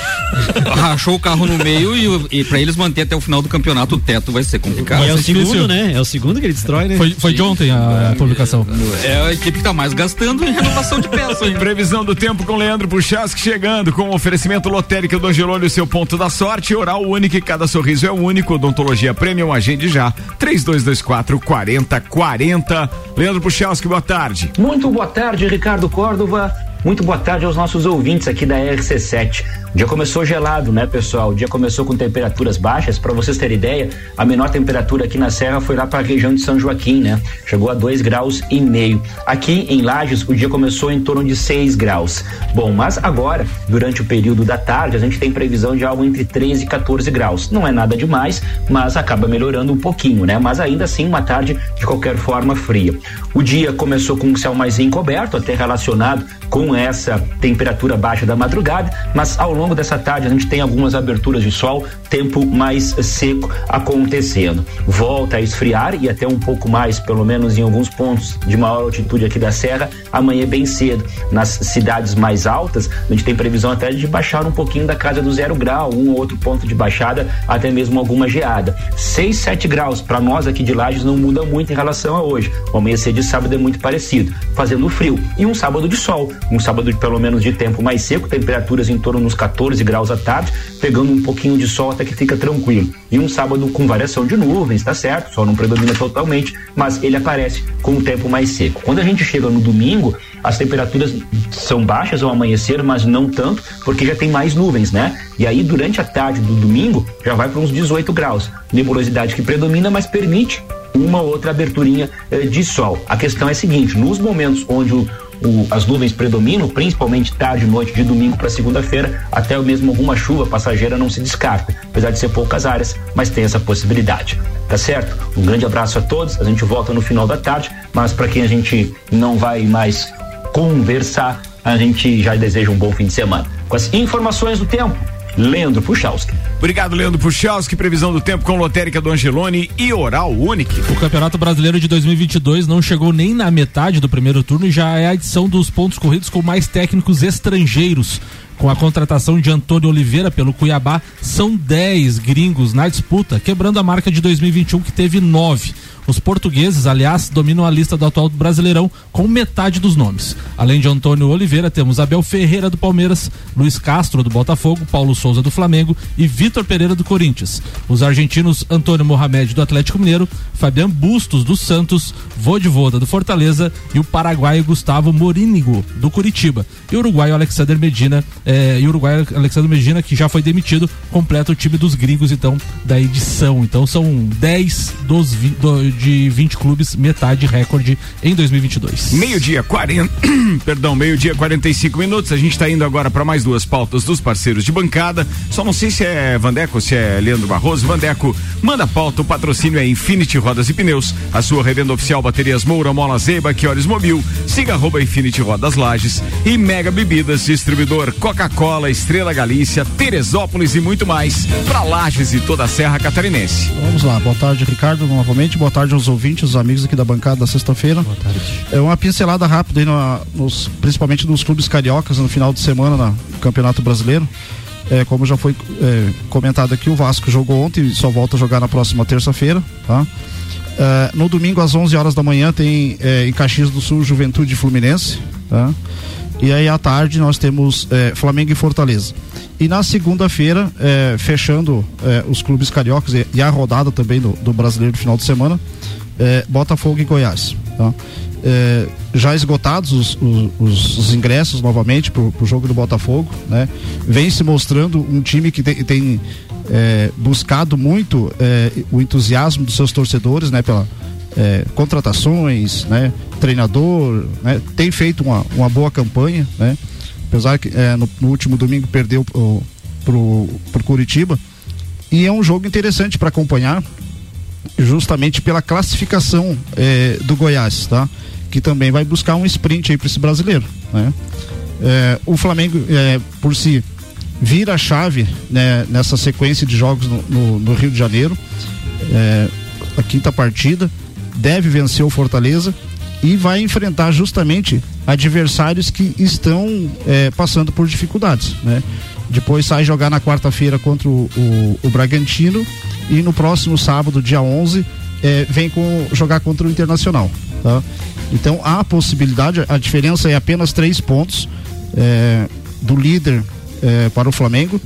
rachou o carro no meio e, e pra eles manter até o final do campeonato o teto vai ser complicado. E é o difícil. segundo, né? É o segundo que ele destrói, né? Foi, foi de ontem a, a publicação. É a equipe que tá mais gastando em renovação de peça. Previsão do tempo com Leandro Puchaski chegando com o oferecimento lotérica do Angelônio, seu ponto da sorte. Oral Único, cada sorriso é único. Odontologia Premium, agende já. três dois dois quatro, quatro zero quatro zero. Leandro Puchaski, boa tarde. Muito boa tarde, Ricardo Córdova. Muito boa tarde aos nossos ouvintes aqui da R C sete. O dia começou gelado, né, pessoal? O dia começou com temperaturas baixas. Para vocês terem ideia, a menor temperatura aqui na Serra foi lá para a região de São Joaquim, né? Chegou a dois graus e meio. Aqui em Lages, o dia começou em torno de seis graus. Bom, mas agora, durante o período da tarde, a gente tem previsão de algo entre treze e quatorze graus. Não é nada demais, mas acaba melhorando um pouquinho, né? Mas ainda assim, uma tarde de qualquer forma fria. O dia começou com um céu mais encoberto, até relacionado com essa temperatura baixa da madrugada, mas ao longo dessa tarde a gente tem algumas aberturas de sol, tempo mais seco acontecendo. Volta a esfriar e até um pouco mais, pelo menos em alguns pontos de maior altitude aqui da Serra, amanhã bem cedo. Nas cidades mais altas, a gente tem previsão até de baixar um pouquinho da casa do zero grau, um ou outro ponto de baixada, até mesmo alguma geada. seis, sete graus, para nós aqui de Lages não muda muito em relação a hoje. O amanhecer de sábado é muito parecido, fazendo frio. E um sábado de sol, um sábado de, pelo menos de tempo mais seco, temperaturas em torno dos quatorze graus à tarde, pegando um pouquinho de sol até que fica tranquilo. E um sábado com variação de nuvens, tá certo? O sol não predomina totalmente, mas ele aparece com um tempo mais seco. Quando a gente chega no domingo, as temperaturas são baixas ao amanhecer, mas não tanto, porque já tem mais nuvens, né? E aí, durante a tarde do domingo, já vai para uns dezoito graus. Nebulosidade que predomina, mas permite uma outra aberturinha eh, de sol. A questão é a seguinte: nos momentos onde o O, as nuvens predominam, principalmente tarde e noite de domingo para segunda-feira, até mesmo alguma chuva passageira não se descarta, apesar de ser poucas áreas, mas tem essa possibilidade, tá certo? Um grande abraço a todos, a gente volta no final da tarde, mas para quem a gente não vai mais conversar, a gente já deseja um bom fim de semana. Com as informações do tempo, Leandro Puchalski. Obrigado, Leandro Puchalski. Previsão do tempo com Lotérica do Angeloni e Oral Unique. O Campeonato Brasileiro de dois mil e vinte e dois não chegou nem na metade do primeiro turno e já é a edição dos pontos corridos com mais técnicos estrangeiros. Com a contratação de Antônio Oliveira pelo Cuiabá, são dez gringos na disputa, quebrando a marca de dois mil e vinte e um, que teve nove. Os portugueses, aliás, dominam a lista do atual Brasileirão com metade dos nomes. Além de Antônio Oliveira, temos Abel Ferreira do Palmeiras, Luiz Castro do Botafogo, Paulo Souza do Flamengo e Vitor Pereira do Corinthians. Os argentinos Antônio Mohamed do Atlético Mineiro, Fabian Bustos do Santos, Vodivoda do Fortaleza e o paraguaio Gustavo Morínigo do Curitiba. E o uruguaio Alexander Medina, eh, e o uruguaio Alexander Medina, que já foi demitido, completa o time dos gringos, então, da edição. Então são dez dos vi, do, de vinte clubes, metade recorde em dois mil e vinte e dois. Meio-dia quarenta, perdão, meio-dia quarenta e cinco minutos. A gente está indo agora para mais duas pautas dos parceiros de bancada. Só não sei se é Vandeco ou se é Leandro Barroso. Vandeco, manda a pauta. O patrocínio é Infinity Rodas e Pneus, a sua revenda oficial Baterias Moura, Mola Zeiba, Chiores Mobil. Siga arroba Infinity Rodas Lages e Mega Bebidas, distribuidor Coca-Cola, Estrela Galícia, Teresópolis e muito mais para Lages e toda a Serra Catarinense. Vamos lá, boa tarde, Ricardo, novamente, boa tarde aos ouvintes, os amigos aqui da bancada da sexta-feira. Boa tarde. É uma pincelada rápida aí, no, nos, principalmente nos clubes cariocas no final de semana no Campeonato Brasileiro. É, como já foi é, comentado aqui, o Vasco jogou ontem e só volta a jogar na próxima terça-feira, tá? É, no domingo às onze horas da manhã tem é, em Caxias do Sul Juventude e Fluminense, tá? E aí à tarde nós temos é, Flamengo e Fortaleza. E na segunda-feira, é, fechando é, os clubes cariocas e, e a rodada também do, do brasileiro do final de semana, é, Botafogo e Goiás, tá? É, já esgotados os, os, os ingressos novamente pro, pro jogo do Botafogo, né? Vem se mostrando um time que tem, tem é, buscado muito é, o entusiasmo dos seus torcedores, né? Pela é, contratações, né? Treinador, né? Tem feito uma, uma boa campanha, né? Apesar que é, no, no último domingo perdeu pro, pro, pro Curitiba, e é um jogo interessante para acompanhar, justamente pela classificação é, do Goiás, tá? Que também vai buscar um sprint aí para esse brasileiro, né? É, o Flamengo, é, por si, vira a chave, né, nessa sequência de jogos no, no, no Rio de Janeiro, é, a quinta partida, deve vencer o Fortaleza e vai enfrentar justamente adversários que estão é, passando por dificuldades, né? Depois sai jogar na quarta-feira contra o, o, o Bragantino e no próximo sábado, dia onze, é, vem com, jogar contra o Internacional, tá? Então há a possibilidade, a diferença é apenas três pontos é, do líder é, para o Flamengo.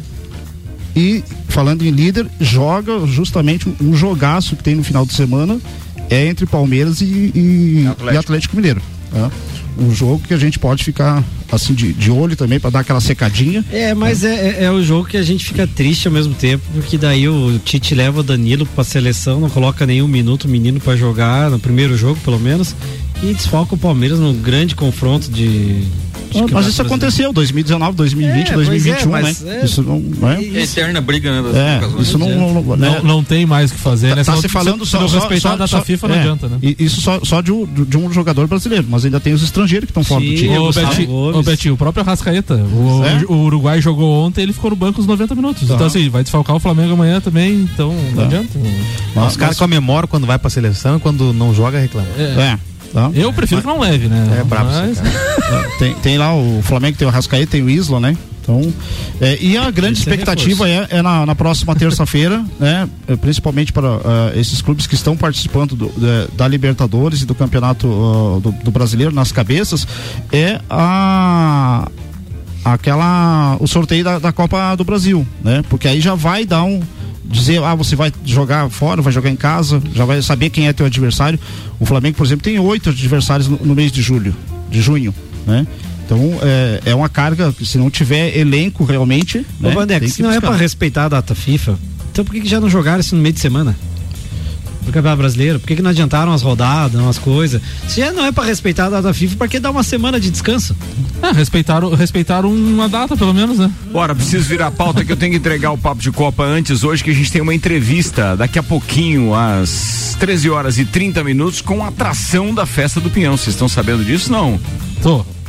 E falando em líder, joga justamente um jogaço que tem no final de semana, é entre Palmeiras e, e, Atlético. e Atlético Mineiro, tá? Um jogo que a gente pode ficar assim de, de olho também para dar aquela secadinha. É, mas é, é, é o jogo que a gente fica triste ao mesmo tempo, porque daí o Tite leva o Danilo pra seleção, não coloca nenhum minuto o menino para jogar no primeiro jogo, pelo menos, e desfalca o Palmeiras num grande confronto de. Ah, mas isso aconteceu dois mil e dezenove, dois mil e vinte, é, dois mil e vinte e um, é, né? É, isso não é. É eterna briga, né? É, isso não não, não, não, não tem mais o que fazer, tá, né? Tá se se falando se só, não só, respeitar só, a data só, FIFA, é, não adianta, né? Isso só, só de, um, de um jogador brasileiro, mas ainda tem os estrangeiros que estão fora do time. Ô, Betinho, ô, Betinho, o próprio Arrascaeta, o, é? o, o Uruguai jogou ontem, ele ficou no banco os noventa minutos. Tá. Então assim, vai desfalcar o Flamengo amanhã também, então tá. Não adianta. Mas, os caras comemoram quando vai pra seleção e quando não joga reclama. É. é. Tá. Eu prefiro mas, que não leve, né? É brabo. Mas... tem, tem lá o Flamengo, tem o Arrascaeta, tem o Isla, né? Então, é, e a grande Esse expectativa é, é, é na, na próxima terça-feira, né? É, principalmente para uh, esses clubes que estão participando do, de, da Libertadores e do Campeonato uh, do, do Brasileiro nas cabeças, é a aquela o sorteio da, da Copa do Brasil, né? Porque aí já vai dar um dizer, ah, você vai jogar fora, vai jogar em casa, já vai saber quem é teu adversário. O Flamengo, por exemplo, tem oito adversários no, no mês de julho, de junho, né? Então é, é uma carga que se não tiver elenco realmente. Ô, né, Vandeco, se não buscar. É para respeitar a data FIFA, então por que, que já não jogaram isso no meio de semana? Do Campeonato Brasileiro, por que, que não adiantaram as rodadas, umas coisas? Se já não é para respeitar a data FIFA, para que dar uma semana de descanso? É, respeitaram, respeitaram uma data, pelo menos, né? Bora, preciso virar a pauta que eu tenho que entregar o Papo de Copa antes hoje, que a gente tem uma entrevista daqui a pouquinho, às treze horas e trinta minutos, com a atração da Festa do Pinhão. Vocês estão sabendo disso? Não? Tô.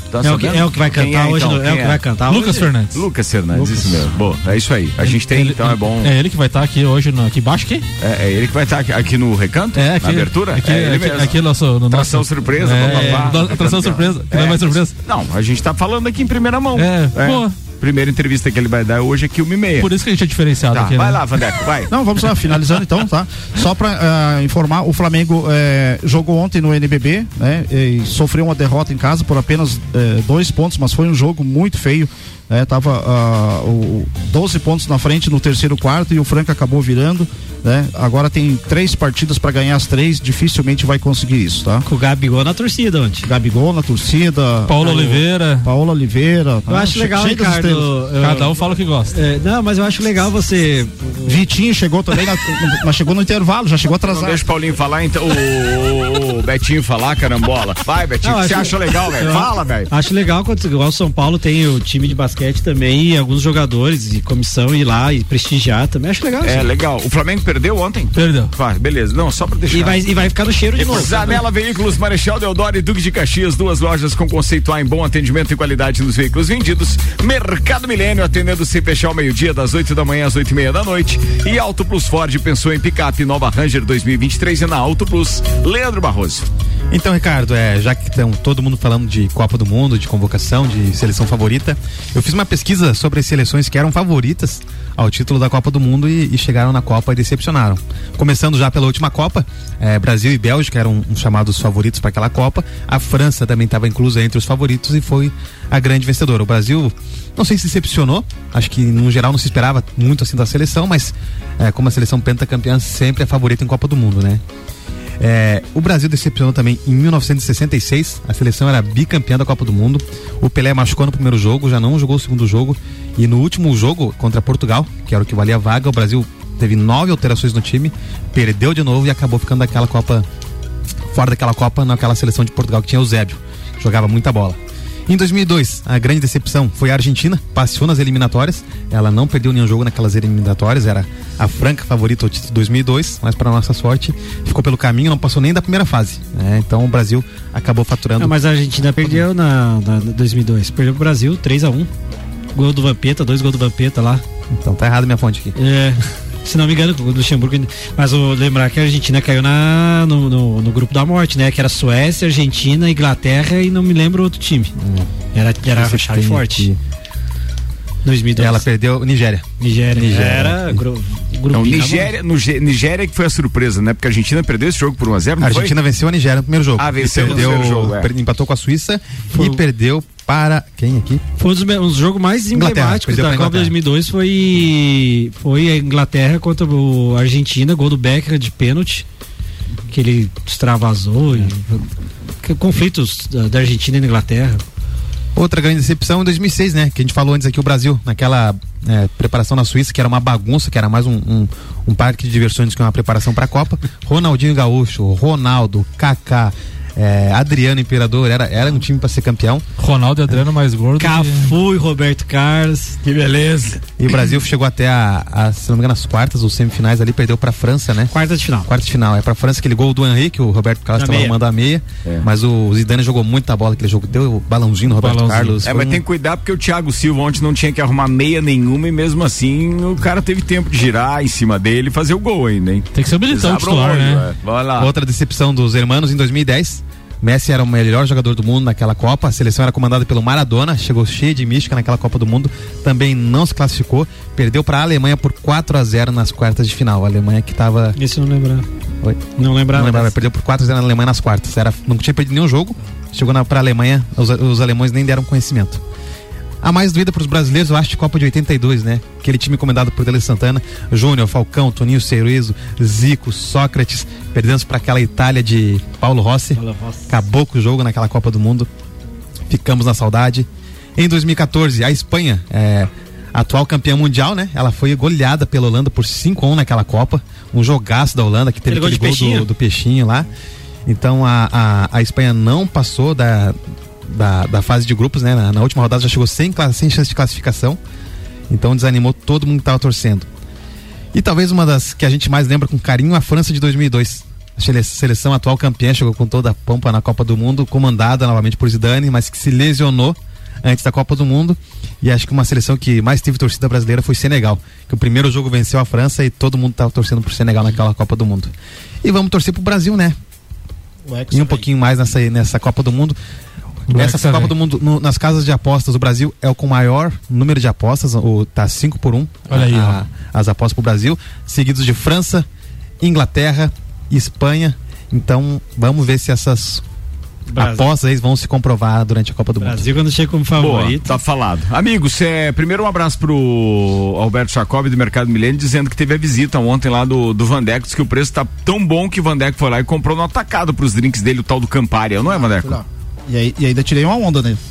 Tá é, o que, é o que vai cantar é, hoje. Então, no, é o que é? vai cantar Lucas hoje? Fernandes. Lucas Fernandes, Lucas. isso mesmo. Bom, é isso aí. A gente tem, ele, então é bom. É ele que vai estar tá aqui hoje, no, aqui embaixo, aqui? É, é ele que vai estar tá aqui, aqui no recanto? É, aqui, na abertura? Aqui, é ele aqui, mesmo. aqui nosso, no Atração nosso, surpresa, é, papapá. Atração surpresa, que não é mais surpresa. Não, a gente tá falando aqui em primeira mão. É, é. Boa. Primeira entrevista que ele vai dar hoje aqui, uma e meia. Por isso que a gente é diferenciado tá, aqui, vai né? lá, Vandeco, vai. Não, vamos lá, finalizando então, tá? Só pra uh, informar, o Flamengo uh, jogou ontem no N B B, né? E sofreu uma derrota em casa por apenas uh, dois pontos, mas foi um jogo muito feio. É, tava uh, o doze pontos na frente no terceiro quarto e o Franca acabou virando, né? Agora tem três partidas para ganhar as três, dificilmente vai conseguir isso, tá? Com o Gabigol na torcida ontem. Gabigol na torcida. Paulo Oliveira. Paulo Oliveira. Eu acho legal, Ricardo. Eu, cada um fala o que gosta. É, não, mas eu acho legal você. Vitinho chegou também, na, mas chegou no intervalo, já chegou atrasado. Não deixa o Paulinho falar, então. O, o Betinho falar, carambola. Vai, Betinho, o que você acha legal, velho? Fala, velho. Acho legal quando igual o São Paulo tem o time de basquete também e alguns jogadores e comissão ir lá e prestigiar também, acho legal. É, assim. legal. O Flamengo perdeu ontem? Perdeu. Vai, beleza. Não, só pra deixar. E vai, e vai ficar no cheiro de novo. Zanela Veículos, Marechal Deodoro e Duque de Caxias, duas lojas com conceito A em bom atendimento e qualidade nos veículos vendidos. Mercado Milênio, atendendo sem fechar ao meio-dia, das oito da manhã às oito e meia da noite. E Auto Plus Ford pensou em picape nova Ranger dois mil e vinte e três e na Auto Plus. Leandro Barroso. Então, Ricardo, é, já que estão todo mundo falando de Copa do Mundo, de convocação, de seleção favorita, eu fiz uma pesquisa sobre as seleções que eram favoritas ao título da Copa do Mundo e, e chegaram na Copa e decepcionaram. Começando já pela última Copa, é, Brasil e Bélgica eram um, chamados favoritos para aquela Copa. A França também estava inclusa entre os favoritos e foi a grande vencedora. O Brasil, não sei se decepcionou, acho que no geral não se esperava muito assim da seleção, mas é, como a seleção pentacampeã sempre é favorita em Copa do Mundo, né? É, o Brasil decepcionou também em mil novecentos e sessenta e seis, a seleção era bicampeã da Copa do Mundo. O Pelé machucou no primeiro jogo, já não jogou o segundo jogo, e no último jogo contra Portugal, que era o que valia a vaga, o Brasil teve nove alterações no time, perdeu de novo e acabou ficando daquela Copa, fora daquela Copa, naquela seleção de Portugal que tinha o Eusébio, jogava muita bola. Em dois mil e dois, a grande decepção foi a Argentina, passeou nas eliminatórias, ela não perdeu nenhum jogo naquelas eliminatórias, era a franca favorita ao título de dois mil e dois, mas para nossa sorte ficou pelo caminho, não passou nem da primeira fase, né? Então o Brasil acabou faturando. Não, mas a Argentina perdeu na, na dois mil e dois, perdeu o Brasil três a um, gol do Vampeta, dois gols do Vampeta lá. Então tá errado minha fonte aqui. É. Se não me engano, o Luxemburgo. Mas o lembrar que a Argentina caiu na, no, no, no grupo da morte, né? Que era Suécia, Argentina, Inglaterra e não me lembro outro time. Hum. Era, era a chave forte. Aqui. dois mil e dois. Ela perdeu Nigéria. Nigéria. Nigéria. Era gru, não, Nigéria, no, Nigéria que foi a surpresa, né? Porque a Argentina perdeu esse jogo por um a zero. A Argentina foi? venceu a Nigéria no primeiro jogo. Ah, venceu perdeu, no primeiro jogo. É. Empatou com a Suíça foi. e perdeu para quem aqui? Foi um dos, um dos jogos mais emblemáticos da Copa dois mil e dois, foi, foi a Inglaterra contra a Argentina, gol do Becker de pênalti, que ele extravasou. É. E, conflitos da, da Argentina e da Inglaterra. Outra grande decepção em dois mil e seis, né? Que a gente falou antes aqui, o Brasil, naquela é, preparação na Suíça, que era uma bagunça, que era mais um, um, um parque de diversões que uma preparação para a Copa. Ronaldinho Gaúcho, Ronaldo, Kaká, É, Adriano Imperador, era, era um time para ser campeão. Ronaldo e Adriano mais gordo. Cafu e Roberto Carlos, que beleza. E o Brasil chegou até a, a, se não me engano, as quartas ou semifinais ali, perdeu pra França, né? Quarta de final. Quarta de final, é pra França, aquele gol do Henrique, o Roberto Carlos estava arrumando a meia, é. mas o Zidane jogou muita bola, aquele jogo, deu o balãozinho no Roberto balãozinho. Carlos. É, mas um... tem que cuidar porque o Thiago Silva ontem não tinha que arrumar meia nenhuma e mesmo assim o cara teve tempo de girar em cima dele e fazer o gol ainda, hein? Tem que ser o militão titular, né? Vai lá. Outra decepção dos hermanos em dois mil e dez. Messi era o melhor jogador do mundo naquela Copa, a seleção era comandada pelo Maradona, chegou cheio de mística naquela Copa do Mundo, também não se classificou, perdeu para a Alemanha por quatro a zero nas quartas de final. A Alemanha que tava... Isso eu não lembrava. Oi? Não lembrava. Não lembrava, perdeu por quatro a zero na Alemanha nas quartas, era, não tinha perdido nenhum jogo, chegou na, pra Alemanha, os, os alemães nem deram conhecimento. A mais doída para os brasileiros, eu acho, de Copa de oitenta e dois, né? Aquele time comandado por Tele Santana, Júnior, Falcão, Toninho Cerezo, Zico, Sócrates, perdemos para aquela Itália de Paulo Rossi. Paulo Rossi. Acabou com o jogo naquela Copa do Mundo. Ficamos na saudade. Em dois mil e quatorze, a Espanha, é, atual campeã mundial, né? Ela foi goleada pela Holanda por cinco a um naquela Copa. Um jogaço da Holanda, que teve aquele, aquele gol, gol do, do Peixinho lá. Então a, a, a Espanha não passou da... Da, da fase de grupos, né? Na, na última rodada já chegou sem, sem chance de classificação. Então desanimou todo mundo que estava torcendo. E talvez uma das que a gente mais lembra com carinho, a França de dois mil e dois. seleção atual campeã, chegou com toda a pompa na Copa do Mundo, comandada novamente por Zidane, mas que se lesionou antes da Copa do Mundo. E acho que uma seleção que mais teve torcida brasileira foi Senegal, que o primeiro jogo venceu a França e todo mundo estava torcendo pro Senegal naquela Copa do Mundo. E vamos torcer pro Brasil, né? E um pouquinho mais nessa, nessa Copa do Mundo. Essa Copa do Mundo, no, nas casas de apostas, o Brasil é o com maior número de apostas, o, tá cinco por um. Olha aí, a, as apostas pro Brasil, seguidos de França, Inglaterra e Espanha. Então, vamos ver se essas Brasil. apostas aí vão se comprovar durante a Copa do Brasil, Mundo. Brasil quando chega como favorito. Boa, tá falado. Amigos, é, primeiro um abraço pro Alberto Jacob do Mercado Milênio, dizendo que teve a visita ontem lá do, do Vandeco, diz que o preço tá tão bom que o Vandeco foi lá e comprou no atacado pros drinks dele, o tal do Campari, não é, Vandeco? E, aí, e ainda tirei uma onda nele.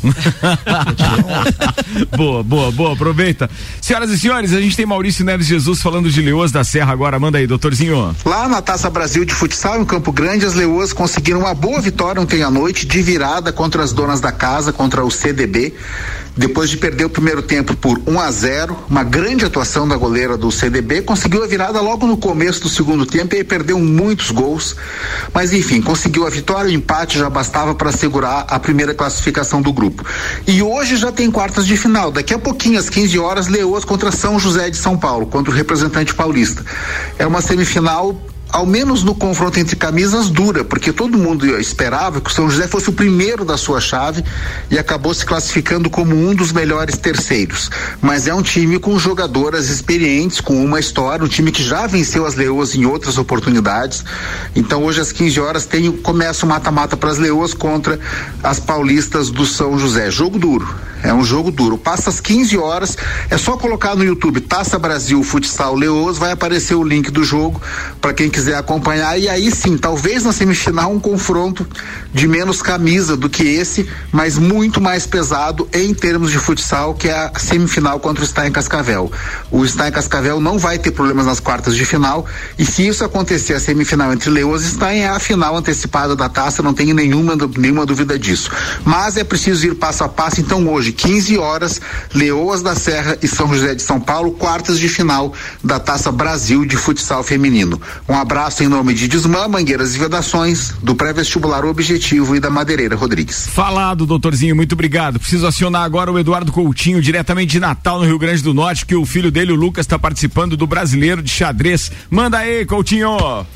Boa, boa, boa, aproveita. Senhoras e senhores, a gente tem Maurício Neves Jesus falando de Leoas da Serra agora, manda aí, doutorzinho. Lá na Taça Brasil de Futsal em Campo Grande, as Leoas conseguiram uma boa vitória ontem à noite, de virada contra as donas da casa, contra o C D B, depois de perder o primeiro tempo por um a zero, uma grande atuação da goleira do C D B, conseguiu a virada logo no começo do segundo tempo e aí perdeu muitos gols, mas enfim, conseguiu a vitória, o empate já bastava para segurar a primeira classificação do grupo. E hoje já tem quartas de final, daqui a pouquinho, às quinze horas, Leoas contra São José de São Paulo, contra o representante paulista. É uma semifinal, ao menos no confronto entre camisas, dura, porque todo mundo esperava que o São José fosse o primeiro da sua chave e acabou se classificando como um dos melhores terceiros. Mas é um time com jogadoras experientes, com uma história, um time que já venceu as Leoas em outras oportunidades. Então hoje às quinze horas tem, começa o mata-mata para as Leoas contra as paulistas do São José. Jogo duro. É um jogo duro. Passa às quinze horas, é só colocar no YouTube Taça Brasil Futsal Leoas, vai aparecer o link do jogo para quem quiser acompanhar, e aí sim, talvez na semifinal um confronto de menos camisa do que esse, mas muito mais pesado em termos de futsal, que é a semifinal contra o Stein Cascavel. O Stein Cascavel não vai ter problemas nas quartas de final, e se isso acontecer, a semifinal entre Leoas e Stein é a final antecipada da taça, não tenho nenhuma, nenhuma dúvida disso. Mas é preciso ir passo a passo, então hoje quinze horas, Leoas da Serra e São José de São Paulo, quartas de final da Taça Brasil de Futsal Feminino. Um abraço em nome de Desmã, Mangueiras e Vedações, do Pré-Vestibular Objetivo e da Madeireira Rodrigues. Falado, doutorzinho, muito obrigado. Preciso acionar agora o Eduardo Coutinho, diretamente de Natal, no Rio Grande do Norte, que o filho dele, o Lucas, está participando do Brasileiro de Xadrez. Manda aí, Coutinho!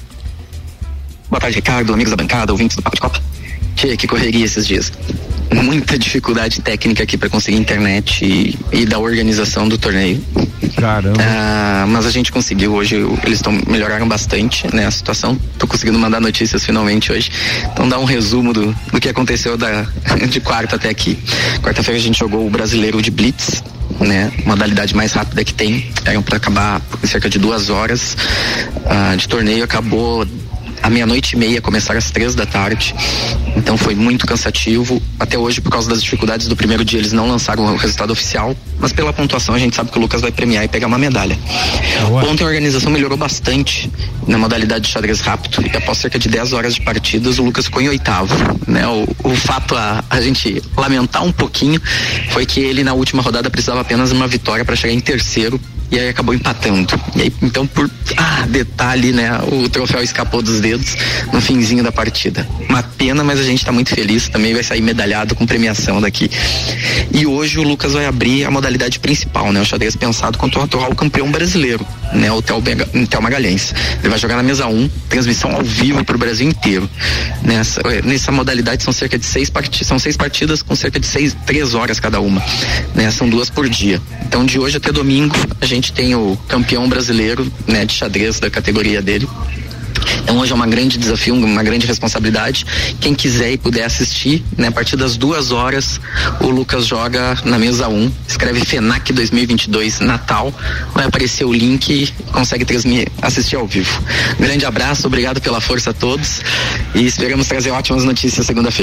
Boa tarde, Ricardo, amigos da bancada, ouvintes do Papo de Copa. Tchê, que correria esses dias. Muita dificuldade técnica aqui para conseguir internet e, e da organização do torneio. Caramba. Ah, mas a gente conseguiu hoje, eles tão, melhoraram bastante, né, a situação. Tô conseguindo mandar notícias finalmente hoje. Então dá um resumo do, do que aconteceu da, de quarta até aqui. Quarta-feira a gente jogou o Brasileiro de Blitz, né, modalidade mais rápida que tem. Eram para acabar em cerca de duas horas ah, de torneio, acabou à meia-noite e meia, começaram às três da tarde, então foi muito cansativo. Até hoje, por causa das dificuldades do primeiro dia, eles não lançaram o resultado oficial, mas pela pontuação a gente sabe que o Lucas vai premiar e pegar uma medalha. Boa. Ontem a organização melhorou bastante na modalidade de xadrez rápido, e após cerca de dez horas de partidas, o Lucas ficou em oitavo, né? O, o fato a, a gente lamentar um pouquinho foi que ele na última rodada precisava apenas de uma vitória para chegar em terceiro, e aí acabou empatando. E aí, então, por ah, detalhe, né, o troféu escapou dos dedos no finzinho da partida. Uma pena, mas a gente tá muito feliz, também vai sair medalhado com premiação daqui. E hoje o Lucas vai abrir a modalidade principal, né, o xadrez pensado contra o atual campeão brasileiro, né, o Theo, Theo Magalhães. Ele vai jogar na mesa um, transmissão ao vivo pro Brasil inteiro. Nessa, nessa modalidade são cerca de seis partidas, são seis partidas com cerca de seis, três horas cada uma, né, são duas por dia. Então de hoje até domingo a gente tem o campeão brasileiro, né, de xadrez da categoria dele. Então hoje é um grande desafio, uma grande responsabilidade. Quem quiser e puder assistir, né, a partir das duas horas o Lucas joga na mesa um, escreve FENAC dois mil e vinte e dois Natal, vai aparecer o link e consegue assistir ao vivo. Grande abraço, obrigado pela força a todos e esperamos trazer ótimas notícias segunda-feira.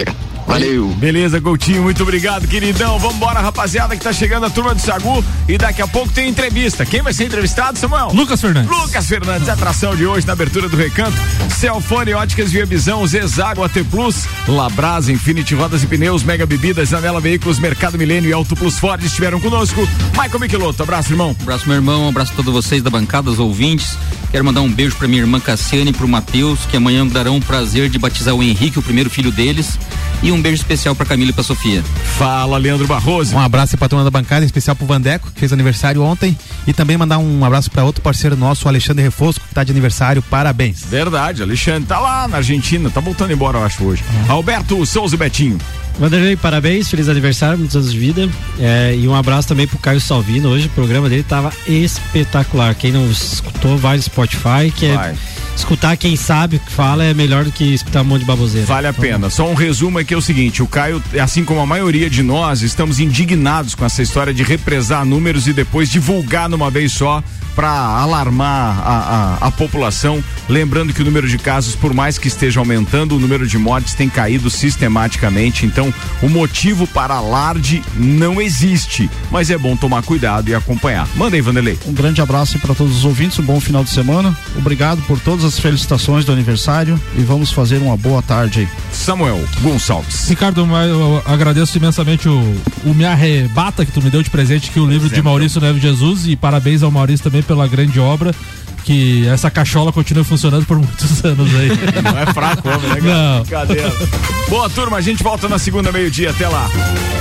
Valeu. Beleza, Coutinho, muito obrigado, queridão. Vambora, rapaziada, que tá chegando a turma do Sagu e daqui a pouco tem entrevista. Quem vai ser entrevistado, Samuel? Lucas Fernandes. Lucas Fernandes, a atração de hoje na abertura do Recanto. Celfone, Óticas Via Visão, Zezago, A T Plus, Labrasa, Infinity Rodas e Pneus, Mega Bebidas, Anela Veículos, Mercado Milênio e Auto Plus Ford estiveram conosco. Michael Michelotto, abraço, irmão. Abraço, meu irmão, um abraço a todos vocês da bancada, os ouvintes. Quero mandar um beijo pra minha irmã Cassiane e pro Matheus, que amanhã darão o prazer de batizar o Henrique, o primeiro filho deles. E um beijo especial pra Camila e pra Sofia. Fala, Leandro Barroso. Um abraço pra turma da bancada, em especial pro Vandeco, que fez aniversário ontem. E também mandar um abraço pra outro parceiro nosso, o Alexandre Refosco, que tá de aniversário. Parabéns. Verdade, Alexandre tá lá na Argentina, tá voltando embora, eu acho, hoje. Uhum. Alberto Souza Betinho. Vanderlei, parabéns, feliz aniversário, muitos anos de vida. É, e um abraço também pro Caio Salvino. Hoje o programa dele tava espetacular. Quem não escutou, vai no Spotify, que vai. é. Escutar quem sabe o que fala é melhor do que escutar um monte de baboseira. Vale a pena. Só um resumo aqui é o seguinte, o Caio, assim como a maioria de nós, estamos indignados com essa história de represar números e depois divulgar numa vez só para alarmar a, a, a população, lembrando que o número de casos, por mais que esteja aumentando, o número de mortes tem caído sistematicamente, então o motivo para alarde não existe, mas é bom tomar cuidado e acompanhar. Manda aí, Vanderlei. Um grande abraço para todos os ouvintes, um bom final de semana, obrigado por todas as felicitações do aniversário e vamos fazer uma boa tarde aí. Samuel Gonçalves. Ricardo, eu agradeço imensamente o, o Me Arrebata que tu me deu de presente, que o livro de Maurício Neves Jesus, e parabéns ao Maurício também pela grande obra, que essa cachola continua funcionando por muitos anos aí. Não é fraco, homem, né? Não. Cadê? Boa, turma, a gente volta na segunda meio-dia, até lá.